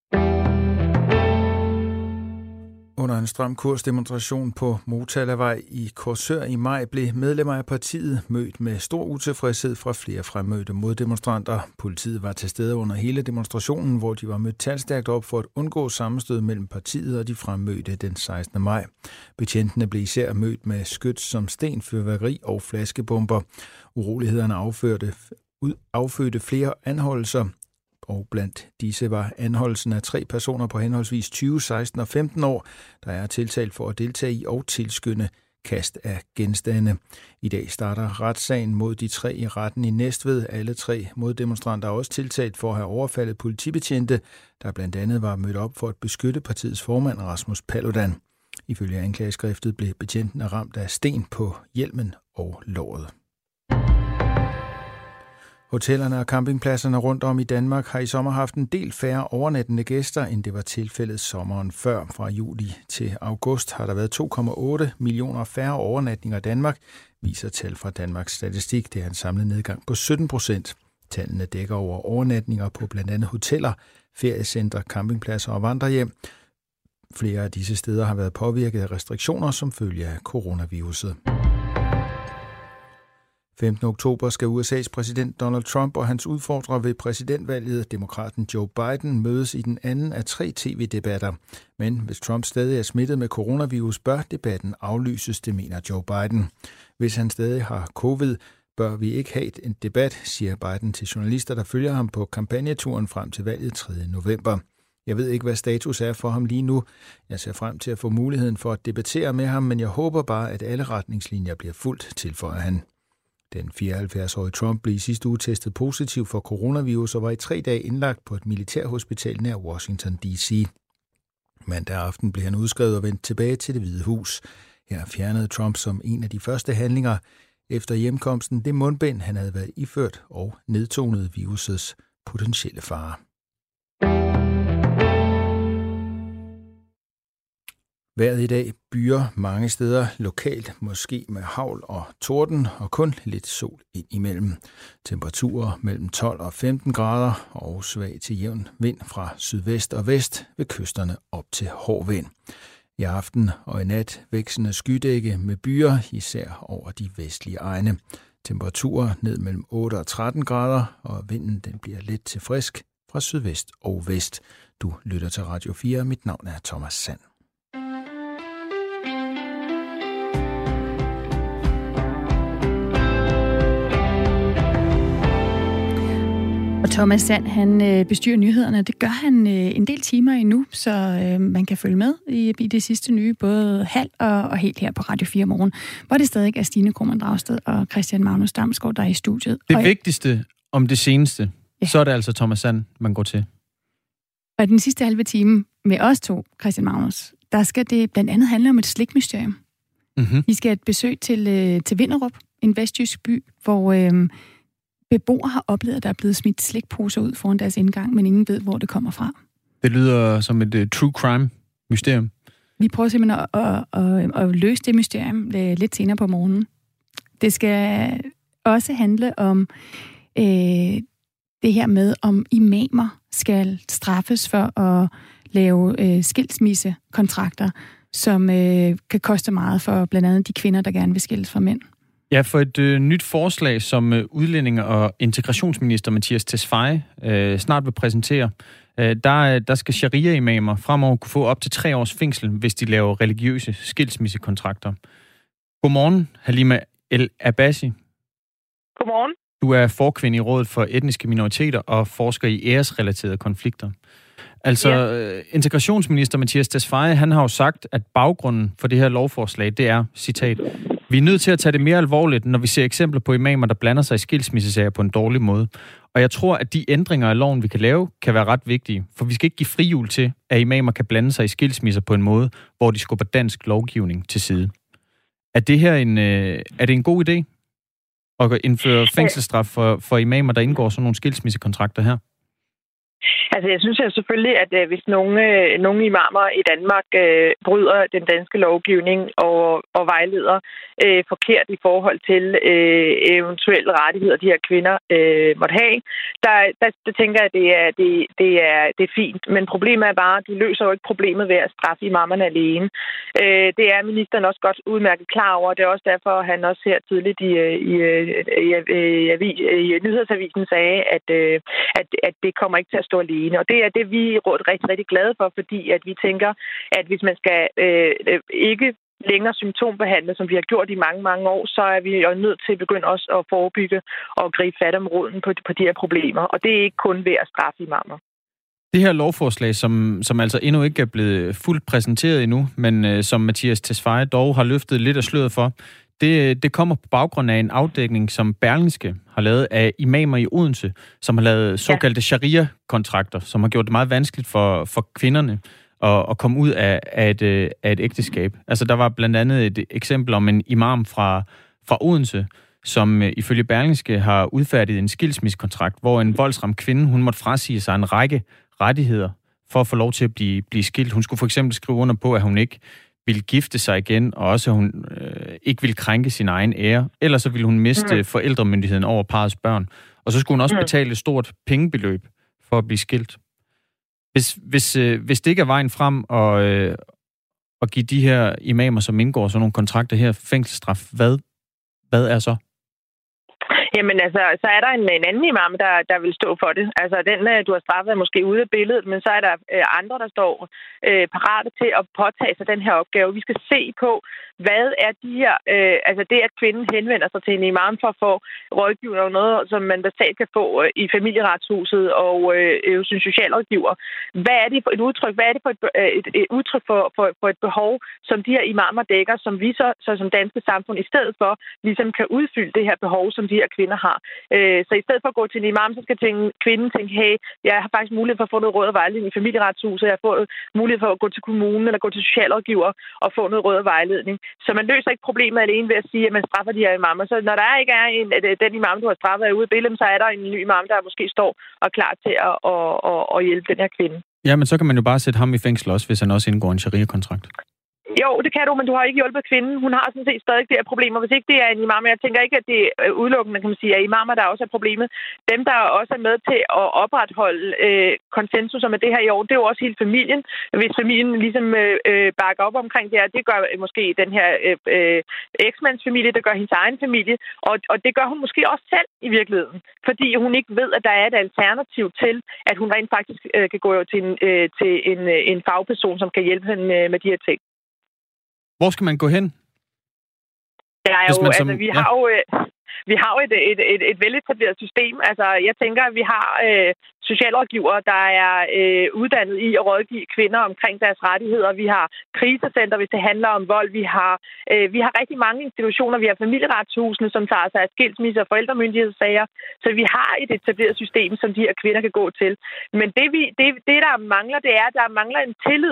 Under en stram kursdemonstration på Motalavej i Korsør i maj blev medlemmer af partiet mødt med stor utilfredshed fra flere fremmødte moddemonstranter. Politiet var til stede under hele demonstrationen, hvor de var mødt talstærkt op for at undgå sammenstød mellem partiet og de fremmødte den 16. maj. Betjentene blev især mødt med skyts som sten, fyrværkeri og flaskebomber. Urolighederne affødte flere anholdelser. Og blandt disse var anholdelsen af 3 personer på henholdsvis 20, 16 og 15 år, der er tiltalt for at deltage i og tilskynde kast af genstande. I dag starter retssagen mod de 3 i retten i Næstved. Alle 3 moddemonstranter er også tiltalt for at have overfaldet politibetjente, der blandt andet var mødt op for at beskytte partiets formand Rasmus Paludan. Ifølge anklageskriftet blev betjentene ramt af sten på hjelmen og låret. Hotellerne og campingpladserne rundt om i Danmark har i sommer haft en del færre overnattende gæster, end det var tilfældet sommeren før. Fra juli til august har der været 2,8 millioner færre overnatninger i Danmark, viser tal fra Danmarks Statistik. Det er en samlet nedgang på 17%. Tallene dækker over overnatninger på blandt andet hoteller, feriecentre, campingpladser og vandrehjem. Flere af disse steder har været påvirket af restriktioner som følge af coronaviruset. 15. oktober skal USA's præsident Donald Trump og hans udfordrer ved præsidentvalget, demokraten Joe Biden, mødes i den anden af 3 tv-debatter. Men hvis Trump stadig er smittet med coronavirus, bør debatten aflyses, det mener Joe Biden. Hvis han stadig har covid, bør vi ikke have en debat, siger Biden til journalister, der følger ham på kampagneturen frem til valget 3. november. Jeg ved ikke, hvad status er for ham lige nu. Jeg ser frem til at få muligheden for at debattere med ham, men jeg håber bare, at alle retningslinjer bliver fuldt, tilføjer han. Den 74-årige Trump blev i sidste uge testet positiv for coronavirus og var i 3 dage indlagt på et militærhospital nær Washington D.C. Mandag aften blev han udskrevet og vendt tilbage til Det Hvide Hus. Her fjernede Trump som en af de første handlinger efter hjemkomsten det mundbind, han havde været iført, og nedtonede virusets potentielle fare. Vejret i dag byer mange steder lokalt, måske med hagl og torden, og kun lidt sol ind imellem. Temperaturer mellem 12 og 15 grader og svag til jævn vind fra sydvest og vest ved kysterne op til hård vind. I aften og i nat væksende skydække med byer, især over de vestlige egne. Temperaturer ned mellem 8 og 13 grader, og vinden den bliver let til frisk fra sydvest og vest. Du lytter til Radio 4. Mit navn er Thomas Sand. Og Thomas Sand, han bestyrer nyhederne. Det gør han en del timer endnu, så man kan følge med i det sidste nye, både halv og helt her på Radio 4 morgen, hvor det stadig er Stine Krohmann Dragsted og Christian Magnus Damsgaard, der er i studiet. Det vigtigste om det seneste, ja. Så er det altså Thomas Sand, man går til. Og den sidste halve time med os to, Christian Magnus, der skal det blandt andet handle om et slikmysterium. Mm-hmm. Vi skal et besøg til Vinderup, en vestjysk by, hvor beboere har oplevet, at der er blevet smidt slikposer ud foran deres indgang, men ingen ved, hvor det kommer fra. Det lyder som et true crime-mysterium. Vi prøver simpelthen at løse det mysterium lidt senere på morgenen. Det skal også handle om det her med, om imamer skal straffes for at lave skilsmissekontrakter, som kan koste meget for blandt andet de kvinder, der gerne vil skilles fra mænd. Ja, for et nyt forslag, som udlændinge- og integrationsminister Mattias Tesfaye snart vil præsentere, der skal sharia-imamer fremover kunne få op til 3 års fængsel, hvis de laver religiøse skilsmissekontrakter. Godmorgen, Halima El Abbasi. Godmorgen. Du er forkvinde i Rådet for Etniske Minoriteter og forsker i æresrelaterede konflikter. Altså, integrationsminister Mattias Tesfaye, han har jo sagt, at baggrunden for det her lovforslag, det er, citat, vi er nødt til at tage det mere alvorligt, når vi ser eksempler på imamer, der blander sig i skilsmissesager på en dårlig måde. Og jeg tror, at de ændringer af loven, vi kan lave, kan være ret vigtige. For vi skal ikke give frihjul til, at imamer kan blande sig i skilsmisser på en måde, hvor de skubber dansk lovgivning til side. Er det en god idé at indføre fængselsstraf for imamer, der indgår sådan nogle skilsmissekontrakter her? Altså, jeg synes jo selvfølgelig, at hvis nogle imamer i Danmark bryder den danske lovgivning og vejleder forkert i forhold til eventuelle rettigheder, de her kvinder måtte have, der tænker jeg, at det er fint. Men problemet er bare, at du løser jo ikke problemet ved at straffe imamerne alene. Det er ministeren også godt udmærket klar over. Det er også derfor, at han også her tidligt i nyhedsavisen sagde, at det kommer ikke til at stå alene. Og det er det, vi er rigtig, rigtig glade for, fordi at vi tænker, at hvis man skal ikke længere symptombehandle, som vi har gjort i mange, mange år, så er vi jo nødt til at begynde også at forebygge og gribe fat om roden på de her problemer. Og det er ikke kun ved at straffe imamer. Det her lovforslag, som altså endnu ikke er blevet fuldt præsenteret endnu, men som Mattias Tesfaye dog har løftet lidt af sløret for, det kommer på baggrund af en afdækning, som Berlingske har lavet af imamer i Odense, som har lavet såkaldte sharia-kontrakter, som har gjort det meget vanskeligt for kvinderne at komme ud af et ægteskab. Altså, der var blandt andet et eksempel om en imam fra Odense, som ifølge Berlingske har udfærdiget en skilsmissekontrakt, hvor en voldsramt kvinde, hun måtte frasige sig en række rettigheder for at få lov til at blive skilt. Hun skulle for eksempel skrive under på, at hun ikke ville gifte sig igen, og også at hun ikke ville krænke sin egen ære. Ellers så ville hun miste forældremyndigheden over parrets børn. Og så skulle hun også betale et stort pengebeløb for at blive skilt. Hvis det ikke er vejen frem at give de her imamer, som indgår sådan nogle kontrakter her, fængselsstraf, hvad er så? Jamen altså, så er der en anden imam, der vil stå for det. Altså den, du har straffet, er måske ude af billedet, men så er der andre, der står parate til at påtage sig den her opgave. Vi skal se på, hvad er de her, altså det, at kvinden henvender sig til en imam for at få rådgivning og noget, som man basalt kan få i familieretshuset og hos en socialrådgiver. Hvad er det for et udtryk? Hvad er det for et udtryk for et behov, som de her imamer dækker, som vi så som danske samfund i stedet for ligesom kan udfylde det her behov, som de her kvinder har. Så i stedet for at gå til en imam, så skal kvinden tænke, hey, jeg har faktisk mulighed for at få noget råd og vejledning i familieretshuset, jeg har fået mulighed for at gå til kommunen eller gå til socialrådgiver og få noget råd og vejledning. Så man løser ikke problemet alene ved at sige, at man straffer de her imamer. Så når der ikke er den imam, du har straffet, er ude af billedet, så er der en ny imam, der måske står og er klar til at hjælpe den her kvinde. Ja, men så kan man jo bare sætte ham i fængsel også, hvis han også indgår en sharia-kontrakt. Jo, det kan du, men du har ikke hjulpet kvinden. Hun har sådan set stadig de her problemer. Hvis ikke det er en imam, jeg tænker ikke, at det er udelukkende, kan man sige, at imamer, der også er problemet. Dem, der også er med til at opretholde konsensus om det her i år, det er jo også hele familien. Hvis familien ligesom bakker op omkring det her, det gør måske den her eksmands familie, det gør hendes egen familie, og det gør hun måske også selv i virkeligheden, fordi hun ikke ved, at der er et alternativ til, at hun rent faktisk kan gå til en fagperson, som kan hjælpe hende med de her ting. Hvor skal man gå hen? Vi har jo et veletableret system. Altså, jeg tænker, at vi har socialrådgivere, der er uddannet i at rådgive kvinder omkring deres rettigheder. Vi har krisecenter, hvis det handler om vold. Vi har rigtig mange institutioner. Vi har familieretshusene, som tager sig af skilsmisse og forældremyndighedssager. Så vi har et etableret system, som de her kvinder kan gå til. Men det der mangler, det er, at der mangler en tillid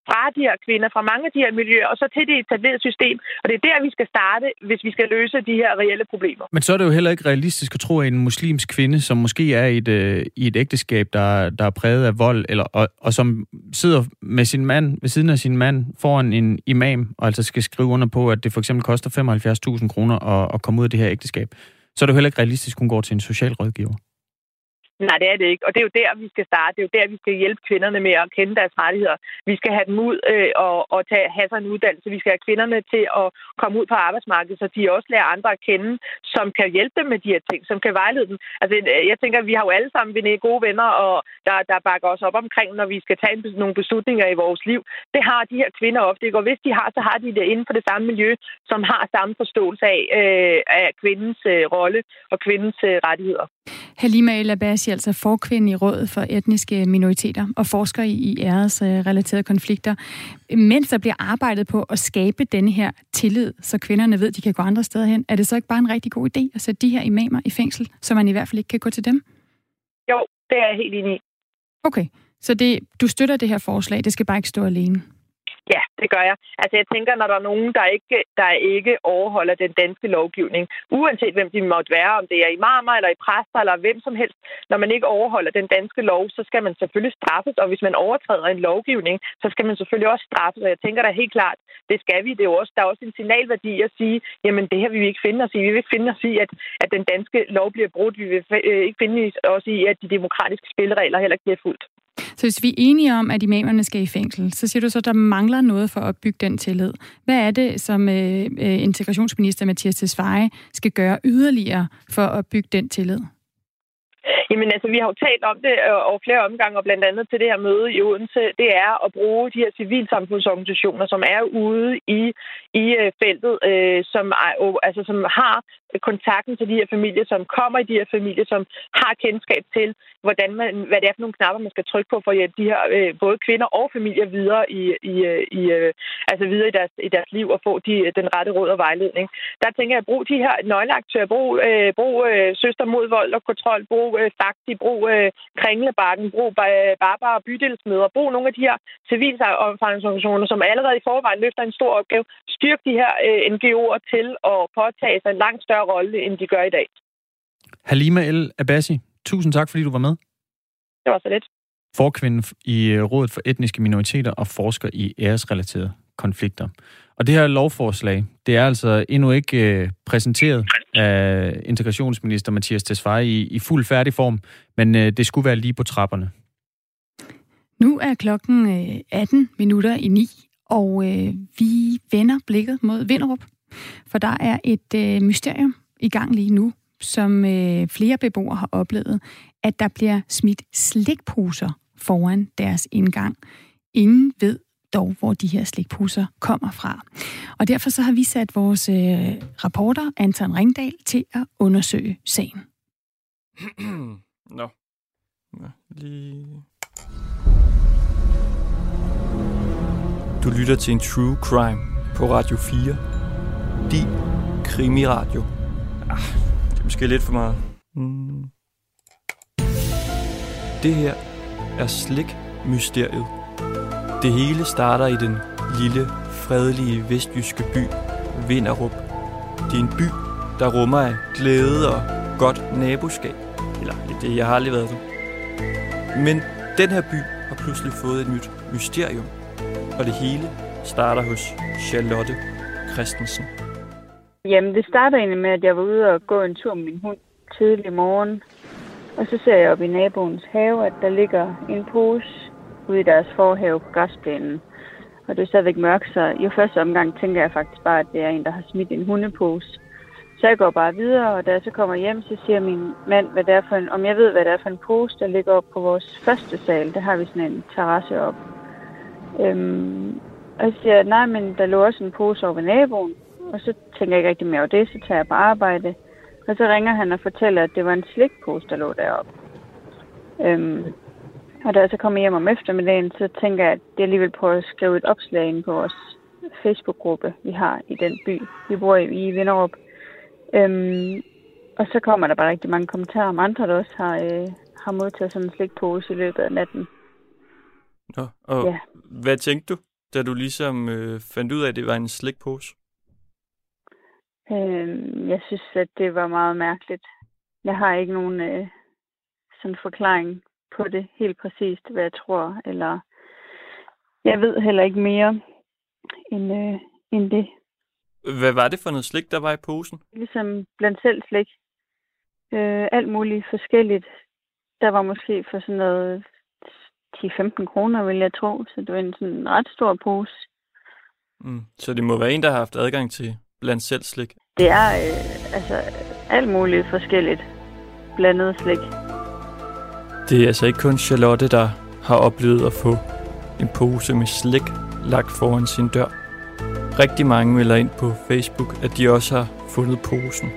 fra de her kvinder, fra mange af de her miljøer, og så til det etablerede system. Og det er der, vi skal starte, hvis vi skal løse de her reelle problemer. Men så er det jo heller ikke realistisk at tro, at en muslimsk kvinde, som måske er i et ægteskab, der er præget af vold, og som sidder med sin mand, ved siden af sin mand, foran en imam, og altså skal skrive under på, at det for eksempel koster 75.000 kroner at komme ud af det her ægteskab, så er det jo heller ikke realistisk, at hun går til en socialrådgiver. Nej, det er det ikke. Og det er jo der, vi skal starte. Det er jo der, vi skal hjælpe kvinderne med at kende deres rettigheder. Vi skal have dem ud og have sig en uddannelse. Vi skal have kvinderne til at komme ud på arbejdsmarkedet, så de også lærer andre at kende, som kan hjælpe dem med de her ting, som kan vejlede dem. Altså, jeg tænker, at vi har jo alle sammen gode venner, og der bakker os op omkring, når vi skal tage nogle beslutninger i vores liv. Det har de her kvinder ofte ikke. Og hvis de har, så har de det inden for det samme miljø, som har samme forståelse af kvindens rolle og kvindens rettigheder. Halima El Abbasi, altså forkvinde i Rådet for etniske minoriteter og forsker i æresrelaterede konflikter. Mens der bliver arbejdet på at skabe denne her tillid, så kvinderne ved, at de kan gå andre steder hen, er det så ikke bare en rigtig god idé at sætte de her imamer i fængsel, så man i hvert fald ikke kan gå til dem? Jo, det er jeg helt enig i. Okay, så du støtter det her forslag, det skal bare ikke stå alene? Ja, det gør jeg. Altså jeg tænker, når der er nogen, der ikke overholder den danske lovgivning, uanset hvem de måtte være, om det er imamer eller i præster eller hvem som helst, når man ikke overholder den danske lov, så skal man selvfølgelig straffes, og hvis man overtræder en lovgivning, så skal man selvfølgelig også straffes, og jeg tænker da helt klart, det skal vi. Det er jo også, der er også en signalværdi at sige, jamen det her vil vi ikke finde os i. Vi vil ikke finde os i, at den danske lov bliver brudt. Vi vil ikke finde os i, at de demokratiske spilleregler heller ikke bliver fulgt. Så hvis vi er enige om, at imamerne skal i fængsel, så siger du så, at der mangler noget for at opbygge den tillid. Hvad er det, som integrationsminister Mattias Tesfaye skal gøre yderligere for at bygge den tillid? Jamen altså, vi har jo talt om det over flere omgange, og blandt andet til det her møde i Odense, det er at bruge de her civilsamfundsorganisationer, som er ude i feltet, som har kontakten til de her familier, som kommer i de her familier, som har kendskab til, hvad det er for nogle knapper, man skal trykke på for at hjælpe de her både kvinder og familier videre videre i deres liv og få den rette råd og vejledning. Der tænker jeg at bruge de her nøgleaktører, brug Søster mod vold og kontrol, brug Fakti, brug Kringlebakken, brug Barbara bydelsmøder, brug nogle af de her civilsamfundsorganisationer, som allerede i forvejen løfter en stor opgave, styrke de her NGO'er til at påtage sig en langt større rolle, end de gør i dag. Halima El Abbasi, tusind tak, fordi du var med. Det var så lidt. Forkvinde i Rådet for etniske minoriteter og forsker i æresrelaterede konflikter. Og det her lovforslag, det er altså endnu ikke præsenteret af integrationsminister Mattias Tesfaye i fuld færdig form, men det skulle være lige på trapperne. Nu er klokken 9:18, og vi vender blikket mod Vinderup, for der er et mysterium i gang lige nu, som flere beboere har oplevet, at der bliver smidt slikposer foran deres indgang. Ingen ved dog, hvor de her slikposer kommer fra. Og derfor så har vi sat vores reporter, Anton Ringdal, til at undersøge sagen. Nå. Lige... Du lytter til en true crime på Radio 4. Din krimiradio. Det er måske lidt for meget. Det her er slikmysteriet. Det hele starter i den lille, fredelige vestjyske by Vinderup. Det er en by, der rummer af glæde og godt naboskab. Eller det, jeg har aldrig været der. Men den her by har pludselig fået et nyt mysterium. Og det hele starter hos Charlotte Christensen. Jamen, det starter egentlig med, at jeg var ude og gå en tur med min hund tidlig morgen. Og så ser jeg op i naboens have, at der ligger en pose ude i deres forhave på græsplænen. Og det er stadigvæk mørkt, så i første omgang tænker jeg faktisk bare, at det er en, der har smidt en hundepose. Så jeg går bare videre, og da jeg så kommer hjem, så siger min mand, om jeg ved, hvad det er for en pose, der ligger op på vores første sal. Der har vi sådan en terrasse op. Og jeg siger, nej, men der lå også en pose over ved naboen. Og så tænker jeg ikke rigtig mere over det, så tager jeg på arbejde. Og så ringer han og fortæller, at det var en slikpose, der lå deroppe. Og da jeg så kommer hjem om eftermiddagen, så tænker jeg, at det alligevel prøver at skrive et opslag ind på vores Facebook-gruppe, vi har i den by. Vi bor i Vinderup. Og så kommer der bare rigtig mange kommentarer om andre, der også har modtaget sådan en slikpose i løbet af natten. Nå, og ja. Hvad tænkte du? da du ligesom fandt ud af, at det var en slikpose? Jeg synes, at det var meget mærkeligt. Jeg har ikke nogen sådan forklaring på det helt præcist, hvad jeg tror. Eller jeg ved heller ikke mere end det. Hvad var det for noget slik, der var i posen? Ligesom blandt selv slik. Alt muligt forskelligt. Der var måske for sådan noget 10-15 kroner, vil jeg tro. Så det var en sådan ret stor pose. Så det må være en, der har haft adgang til blandt selv slik? Det er alt muligt forskelligt blandet slik. Det er altså ikke kun Charlotte, der har oplevet at få en pose med slik lagt foran sin dør. Rigtig mange melder ind på Facebook, at de også har fundet posen.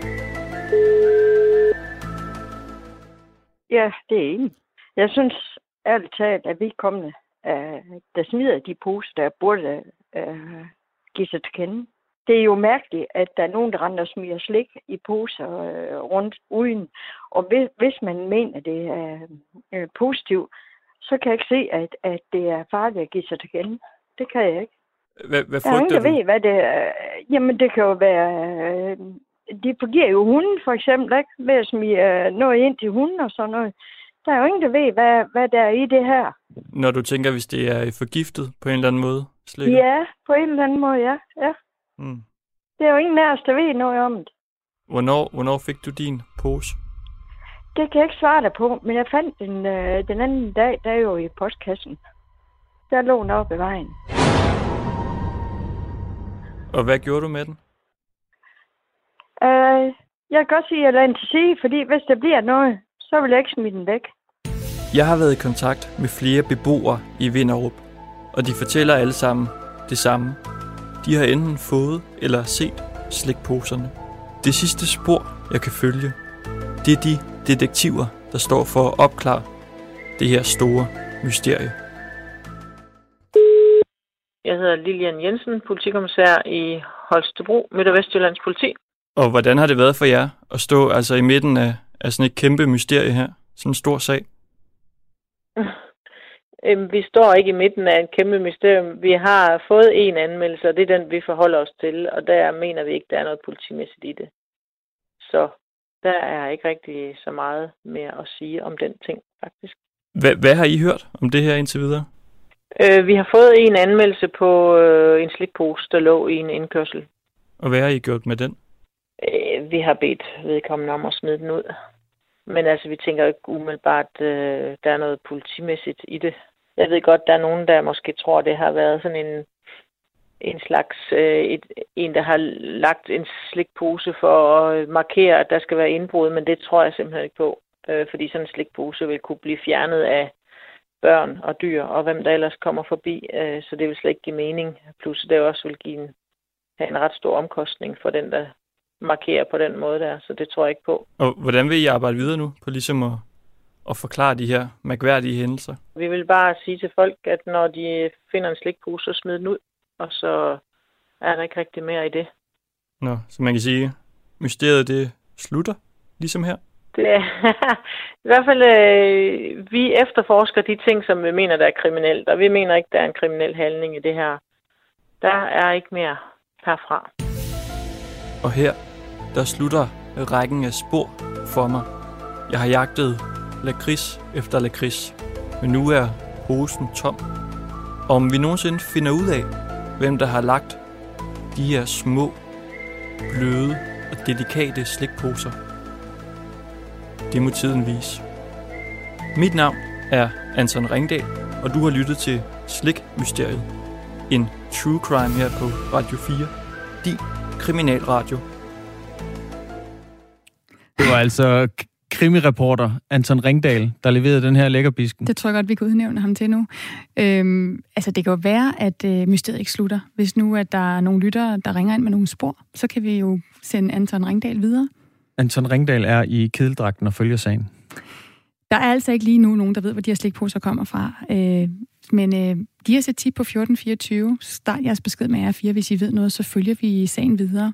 Ja, det er enig. Jeg synes ærligt talt, at vedkommende, der smider de poser, der burde give sig til kende. Det er jo mærkeligt, at der er nogen, der render og smider slik i poser rundt uden. Og hvis man mener, det er positivt, så kan jeg ikke se, at det er farligt at give sig til kende. Det kan jeg ikke. Hvad frygter du? Ved, hvad det er. Jamen, det kan jo være... De forgiver jo hunden, for eksempel, ikke? Ved at smide noget ind til hunden og sådan noget. Der er jo ingen, der ved, hvad der er i det her. Når du tænker, hvis det er forgiftet på en eller anden måde? Slikket? Ja, på en eller anden måde, ja. Det er jo ingen af os, der ved noget om det. Hvornår fik du din pose? Det kan jeg ikke svare dig på, men jeg fandt den anden dag, der er jo i postkassen. Der lå den oppe ved vejen. Og hvad gjorde du med den? Jeg kan godt sige, at jeg lader den til sige, fordi hvis der bliver noget, så vil jeg ikke smide den væk. Jeg har været i kontakt med flere beboere i Vinderup, og de fortæller alle sammen det samme. De har enten fået eller set slikposerne. Det sidste spor, jeg kan følge, det er de detektiver, der står for at opklare det her store mysterie. Jeg hedder Lilian Jensen, politikommissær i Holstebro, Midt- og Vestjyllands Politi. Og hvordan har det været for jer at stå altså i midten af sådan et kæmpe mysterie her? Sådan en stor sag? Vi står ikke i midten af et kæmpe mysterium. Vi har fået en anmeldelse, og det er den, vi forholder os til, og der mener vi ikke, der er noget politimæssigt i det. Så der er ikke rigtig så meget mere at sige om den ting, faktisk. Hvad har I hørt om det her indtil videre? Vi har fået en anmeldelse på en slikpose, der lå i en indkørsel. Og hvad har I gjort med den? Vi har bedt vedkommende om at smide den ud. Men altså, vi tænker ikke umiddelbart, der er noget politimæssigt i det. Jeg ved godt, der er nogen, der måske tror, det har været sådan en slags... en, der har lagt en slikpose for at markere, at der skal være indbrud, men det tror jeg simpelthen ikke på. Fordi sådan en slikpose vil kunne blive fjernet af børn og dyr, og hvem der ellers kommer forbi. Så det vil slet ikke give mening. Plus det også vil have en ret stor omkostning for den, der markerer på den måde der. Så det tror jeg ikke på. Og hvordan vil I arbejde videre nu på ligesom at forklare de her mærkværdige hændelser? Vi vil bare sige til folk, at når de finder en slikpose, så smid den ud. Og så er der ikke rigtig mere i det. Nå, så man kan sige, mysteriet det slutter, ligesom her? Det er, i hvert fald, vi efterforsker de ting, som vi mener, der er kriminelt. Og vi mener ikke, der er en kriminel handling i det her. Der er ikke mere herfra. Og her, der slutter rækken af spor for mig. Jeg har jagtet lakrids efter lakrids, men nu er posen tom. Og om vi nogensinde finder ud af, hvem der har lagt de her små, bløde og delikate slikposer, det må tiden vise. Mit navn er Anton Ringdal, og du har lyttet til Slikmysteriet. En true crime her på Radio 4. Din kriminalradio. Det var altså krimireporter Anton Ringdal, der leverede den her lækkerbisken. Det tror jeg godt, vi kan udnævne ham til nu. Altså, det kan jo være, at mysteriet ikke slutter. Hvis nu, at der er nogle lyttere, der ringer ind med nogle spor, så kan vi jo sende Anton Ringdal videre. Anton Ringdal er i kedeldragten og følger sagen. Der er altså ikke lige nu nogen, der ved, hvor de her slikposer kommer fra. Men giv os et tip på 1424. Start jeres besked med R4, hvis I ved noget, så følger vi sagen videre.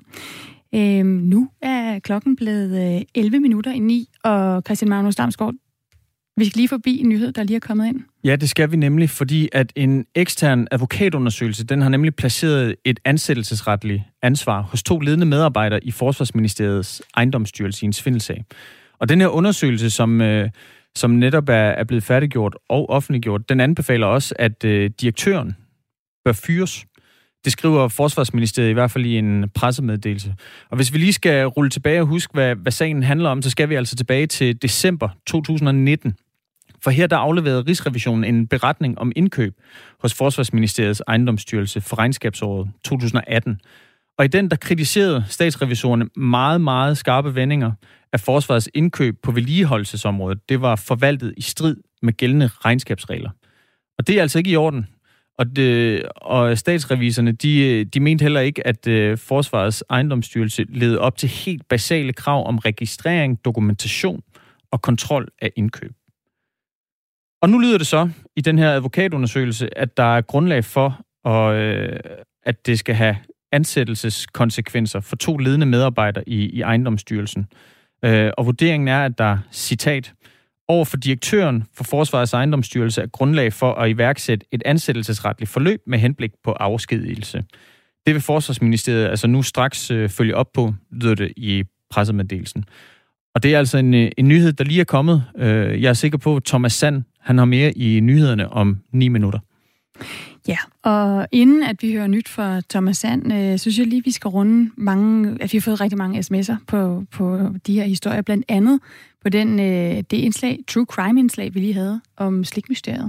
Nu er klokken blevet 11 minutter i 9, og Christian Magnus Damsgaard, Vi skal lige forbi en nyhed, der lige er kommet ind. Ja, det skal vi nemlig, fordi at en ekstern advokatundersøgelse, den har nemlig placeret et ansættelsesretligt ansvar hos 2 ledende medarbejdere i Forsvarsministeriets ejendomsstyrelse i en svindelsag. Og den her undersøgelse, som netop er blevet færdiggjort og offentliggjort, den anbefaler også, at direktøren bør fyres. Det skriver Forsvarsministeriet i hvert fald i en pressemeddelelse. Og hvis vi lige skal rulle tilbage og huske, hvad sagen handler om, så skal vi altså tilbage til december 2019. For her der afleverede Rigsrevisionen en beretning om indkøb hos Forsvarsministeriets ejendomsstyrelse for regnskabsåret 2018. Og i den der kritiserede statsrevisorerne meget, meget skarpe vendinger af forsvarets indkøb på vedligeholdelsesområdet. Det var forvaltet i strid med gældende regnskabsregler. Og det er altså ikke i orden. Og statsreviserne, de mente heller ikke, at Forsvarets ejendomsstyrelse levede op til helt basale krav om registrering, dokumentation og kontrol af indkøb. Og nu lyder det så i den her advokatundersøgelse, at der er grundlag for, at det skal have ansættelseskonsekvenser for 2 ledende medarbejdere i ejendomsstyrelsen. Og vurderingen er, at der, citat, over for direktøren for Forsvarets ejendomsstyrelse er grundlag for at iværksætte et ansættelsesretligt forløb med henblik på afskedigelse. Det vil Forsvarsministeriet altså nu straks følge op på, lyder det i pressemeddelelsen. Og det er altså en nyhed, der lige er kommet. Jeg er sikker på, at Thomas Sand, han har mere i nyhederne om 9 minutter. Ja, og inden at vi hører nyt fra Thomas Sand, synes jeg lige, vi skal runde at vi har fået rigtig mange sms'er på de her historier, blandt andet på det indslag, True Crime-indslag, vi lige havde om slikmysteriet,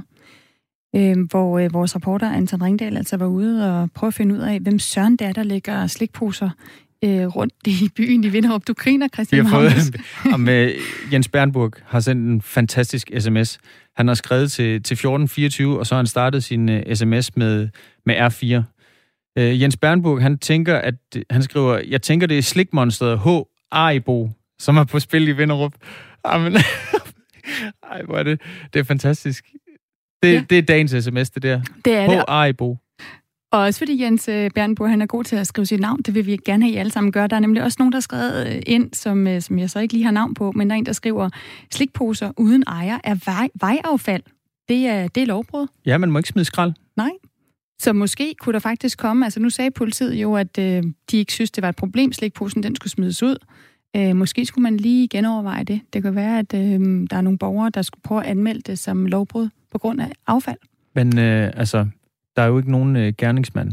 hvor vores reporter Anton Ringdal altså var ude og prøve at finde ud af, hvem søren det er, der lægger slikposer rundt i byen i Vinderup. Du griner, Christian Magnus. Med Jens Bernburg har sendt en fantastisk sms. Han har skrevet til 1424, og så har han startet sin sms med R4. Jens Bernburg, han skriver, jeg tænker, det er slikmonstret H. Aribo, som er på spil i Vinderup. Amen. Ej, hvor er det. Det er fantastisk. Det er dagens sms, det der. Det er H. Aribo. Og også fordi Jens Bernburg, han er god til at skrive sit navn. Det vil vi gerne have, I alle sammen gøre. Der er nemlig også nogen, der har skrevet ind, som jeg så ikke lige har navn på, men der er en, der skriver, slikposer uden ejer er vejaffald. Det er lovbrud. Ja, man må ikke smide skrald. Nej. Så måske kunne der faktisk komme, altså nu sagde politiet jo, at de ikke synes, det var et problem, slikposen den skulle smides ud. Måske skulle man lige genoverveje det. Det kan være, at der er nogle borgere, der skulle prøve at anmelde det som lovbrud på grund af affald. Men der er jo ikke nogen gerningsmand.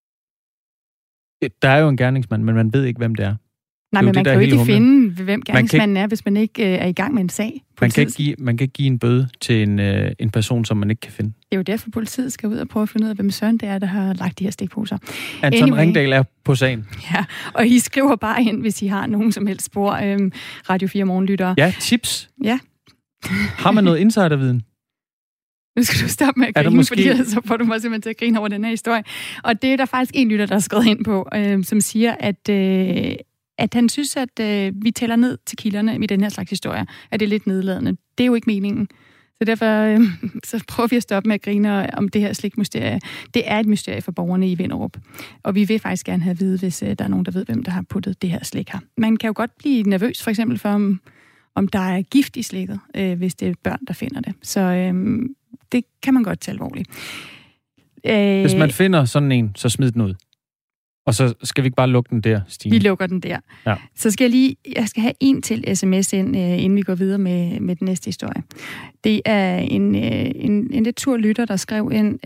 Der er jo en gerningsmand, men man ved ikke, hvem det er. Nej, men man kan jo ikke finde, hvem gerningsmanden er, hvis man ikke er i gang med en sag. Man kan ikke give en bøde til en person, som man ikke kan finde. Det er jo derfor, politiet skal ud og prøve at finde ud af, hvem søren det er, der har lagt de her stikposer. Anton Ringdal er på sagen. Ja, og I skriver bare ind, hvis I har nogen som helst spor, Radio 4 Morgenlyttere. Ja, tips. Ja. Har man noget insiderviden? Nu skal du stoppe med at grine, fordi så får du mig simpelthen til at grine over den her historie. Og det er der faktisk en lytter, der har skrevet ind på, som siger, at han synes, at vi tæller ned til kilderne i den her slags historie, at det er lidt nedladende. Det er jo ikke meningen. Så derfor så prøver vi at stoppe med at grine om det her slikmysterie. Det er et mysterie for borgerne i Vinderup. Og vi vil faktisk gerne have at vide, hvis der er nogen, der ved, hvem der har puttet det her slik her. Man kan jo godt blive nervøs, for eksempel for, om der er gift i slikket, hvis det er børn, der finder det. Så det kan man godt tage alvorligt. Hvis man finder sådan en, så smid den ud. Og så skal vi ikke bare lukke den der, Stine? Vi lukker den der. Ja. Så skal jeg skal have en til sms ind, inden vi går videre med den næste historie. Det er en lidt tur lytter, der skrev ind,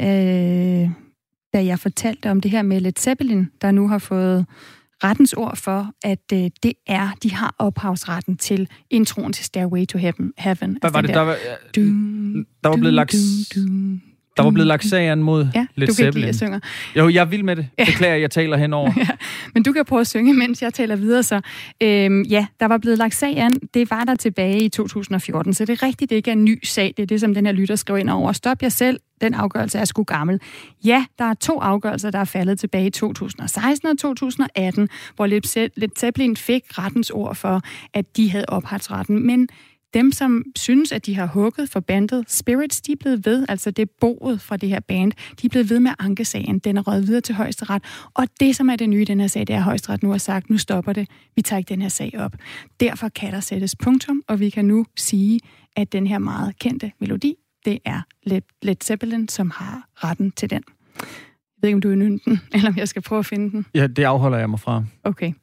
da jeg fortalte om det her med Led Zeppelin, der nu har fået rettens ord for, at de har ophavsretten til introen til Stairway to Heaven. Hvad var det? Der var blevet lagt... Der var blevet lagt sagen mod Led Zeppelin. Du kan ikke lide at synge. Jo, jeg er vild med det. Beklager, jeg taler henover. Ja, men du kan prøve at synge, mens jeg taler videre. Så der var blevet lagt sag an. Det var der tilbage i 2014. Så det er rigtigt, det ikke er en ny sag. Det er det, som den her lytter skrev ind over. Stop jer selv. Den afgørelse er sgu gammel. Ja, der er 2 afgørelser, der er faldet tilbage i 2016 og 2018, hvor Led Zeppelin fik rettens ord for, at de havde ophavsretten. Men dem, som synes, at de har hugget for bandet Spirits, de er blevet ved, altså det boet fra det her band, de er blevet ved med ankesagen. Den er røget videre til Højesteret. Og det, som er det nye i den her sag, det er, at Højesteret nu har sagt, nu stopper det. Vi tager ikke den her sag op. Derfor kan der sættes punktum, og vi kan nu sige, af den her meget kendte melodi. Det er Led Zeppelin, som har retten til den. Jeg ved ikke, om du vil nynne den, eller om jeg skal prøve at finde den. Ja, det afholder jeg mig fra. Okay.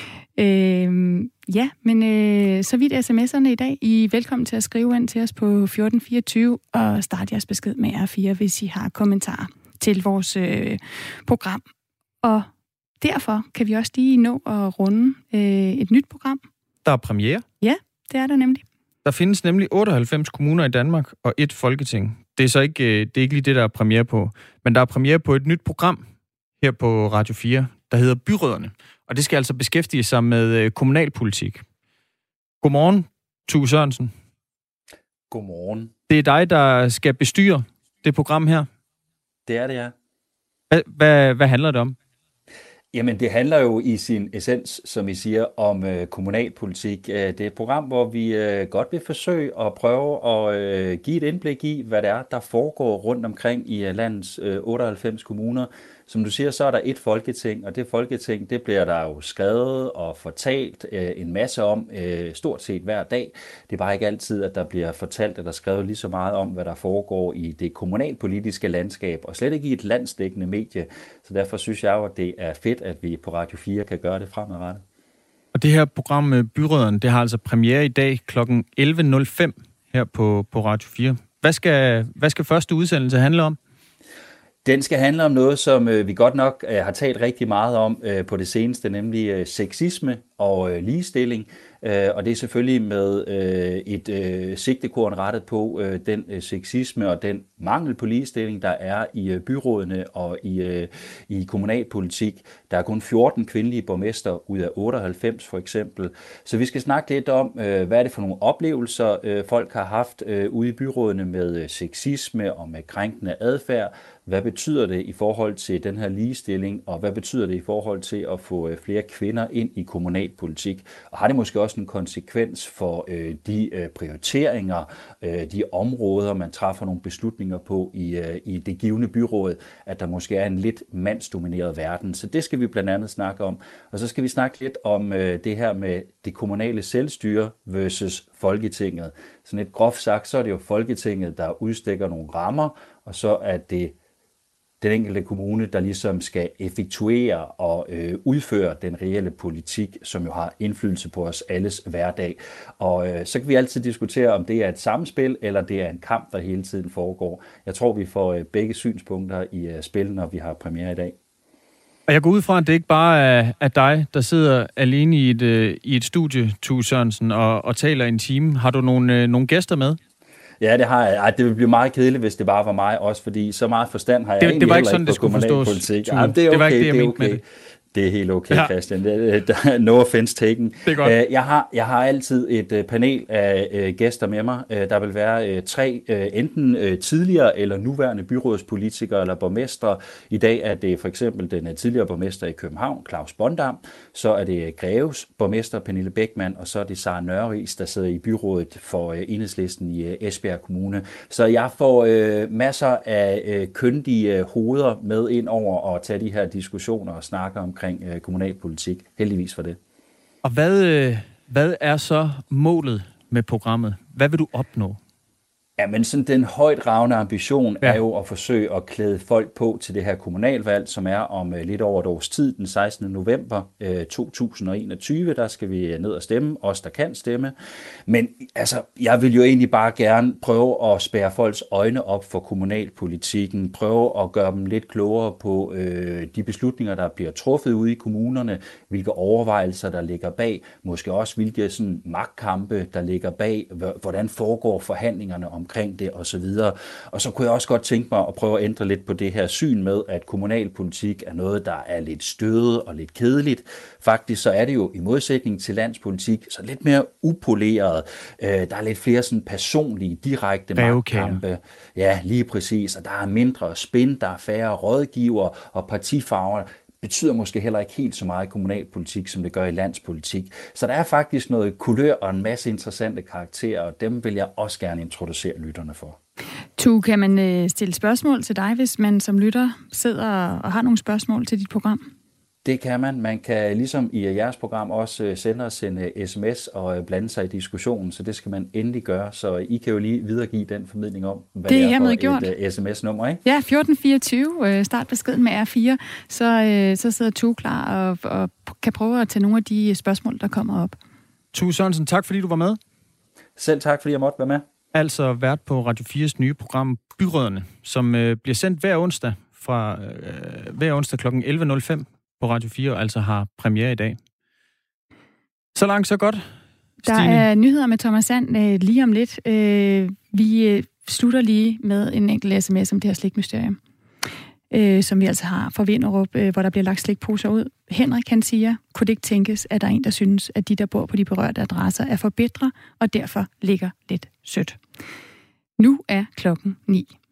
Så vidt sms'erne i dag. I er velkommen til at skrive ind til os på 1424 og starte jeres besked med R4, hvis I har kommentarer til vores program. Og derfor kan vi også lige nå at runde et nyt program. Der er premiere. Ja, det er der nemlig. Der findes nemlig 98 kommuner i Danmark og et folketing. Det er så ikke, det er ikke lige det, der er premiere på. Men der er premiere på et nyt program her på Radio 4, der hedder Byrødderne. Og det skal altså beskæftige sig med kommunalpolitik. Godmorgen, Tue Sørensen. Godmorgen. Det er dig, der skal bestyre det program her. Det er det, ja. Hvad handler det om? Jamen, det handler jo i sin essens, som I siger, om kommunalpolitik. Det er et program, hvor vi godt vil forsøge at prøve at give et indblik i, hvad det er, der foregår rundt omkring i landets 98 kommuner. Som du siger, så er der et folketing, og det folketing, det bliver der jo skrevet og fortalt en masse om stort set hver dag. Det er bare ikke altid, at der bliver fortalt eller skrevet lige så meget om, hvad der foregår i det kommunalpolitiske landskab, og slet ikke i et landsdækkende medie. Så derfor synes jeg jo, at det er fedt, at vi på Radio 4 kan gøre det fremadrettet. Og det her program Byrødderne, det har altså premiere i dag kl. 11.05 her på Radio 4. Hvad skal første udsendelse handle om? Den skal handle om noget, som vi godt nok har talt rigtig meget om på det seneste, nemlig sexisme og ligestilling. Og det er selvfølgelig med et sigtekorn rettet på den sexisme og den mangel på ligestilling, der er i byrådene og i kommunalpolitik. Der er kun 14 kvindelige borgmester ud af 98 for eksempel. Så vi skal snakke lidt om, hvad er det for nogle oplevelser, folk har haft ude i byrådene med sexisme og med krænkende adfærd. Hvad betyder det i forhold til den her ligestilling, og hvad betyder det i forhold til at få flere kvinder ind i kommunalpolitik? Og har det måske også en konsekvens for de prioriteringer, de områder, man træffer nogle beslutninger på i det givne byråd, at der måske er en lidt mandsdomineret verden? Så det skal vi blandt andet snakke om. Og så skal vi snakke lidt om det her med det kommunale selvstyre versus Folketinget. Sådan lidt groft sagt, så er det jo Folketinget, der udstikker nogle rammer, og så er det den enkelte kommune, der ligesom skal effektuere og udføre den reelle politik, som jo har indflydelse på os alles hverdag. Og så kan vi altid diskutere, om det er et samspil, eller det er en kamp, der hele tiden foregår. Jeg tror, vi får begge synspunkter i spil, når vi har premiere i dag. Og jeg går ud fra, at det ikke bare er dig, der sidder alene i et studie, Tue Sørensen, og taler en time. Har du nogle gæster med? Ja, det har jeg. Det ville blive meget kedeligt, hvis det bare var mig også, fordi så meget forstand har jeg egentlig heller ikke på kommunalpolitik. Ja, det er okay, det var ikke det, jeg mente med det. Det er helt okay, ja. Christian. No offense taken. Det er godt. Jeg har altid et panel af gæster med mig. Der vil være 3 enten tidligere eller nuværende byrådspolitikere eller borgmestre. I dag er det for eksempel den tidligere borgmester i København, Claus Bondam. Så er det Greves borgmester, Pernille Beckmann, og så er det Sara Nørris, der sidder i byrådet for Enhedslisten i Esbjerg Kommune. Så jeg får masser af kyndige hoveder med ind over og tage de her diskussioner og snakke omkring kommunalpolitik. Heldigvis for det. Og hvad er så målet med programmet? Hvad vil du opnå? Ja, men sådan den højtravende ambition er jo at forsøge at klæde folk på til det her kommunalvalg, som er om lidt over et års tid, den 16. november 2021. Der skal vi ned og stemme, os der kan stemme. Men altså, jeg vil jo egentlig bare gerne prøve at spærre folks øjne op for kommunalpolitikken, prøve at gøre dem lidt klogere på de beslutninger, der bliver truffet ude i kommunerne, hvilke overvejelser, der ligger bag, måske også hvilke sådan magtkampe, der ligger bag, hvordan foregår forhandlingerne omkring det og så videre. Og så kunne jeg også godt tænke mig at prøve at ændre lidt på det her syn med, at kommunalpolitik er noget, der er lidt stødet og lidt kedeligt. Faktisk så er det jo i modsætning til landspolitik så lidt mere upoleret. Der er lidt flere sådan personlige, direkte magtkampe. Ja, lige præcis. Og der er mindre spin, der er færre rådgivere og partifarver. Betyder måske heller ikke helt så meget i kommunalpolitik, som det gør i landspolitik. Så der er faktisk noget kulør og en masse interessante karakterer, og dem vil jeg også gerne introducere lytterne for. Tue, kan man stille spørgsmål til dig, hvis man som lytter sidder og har nogle spørgsmål til dit program? Det kan man. Man kan ligesom i jeres program også sende os en sms og blande sig i diskussionen, så det skal man endelig gøre. Så I kan jo lige videregive den formidling om, hvad det er for et sms-nummer, ikke? Ja, 1424, start beskeden med R4, så sidder Tue klar og kan prøve at tage nogle af de spørgsmål, der kommer op. Tue Sørensen, tak fordi du var med. Selv tak, fordi jeg måtte være med. Altså vært på Radio 4's nye program Byrødderne, som bliver sendt hver onsdag kl. 11.05 på Radio 4, og altså har premiere i dag. Så langt, så godt. Stine? Der er nyheder med Thomas Sand lige om lidt. Vi slutter lige med en enkelt sms om det her slikmysterium, som vi altså har fra Vinderup, hvor der bliver lagt slikposer ud. Henrik, han siger, kunne det ikke tænkes, at der er en, der synes, at de, der bor på de berørte adresser, er for bitre, og derfor ligger lidt sødt. Nu er klokken 9.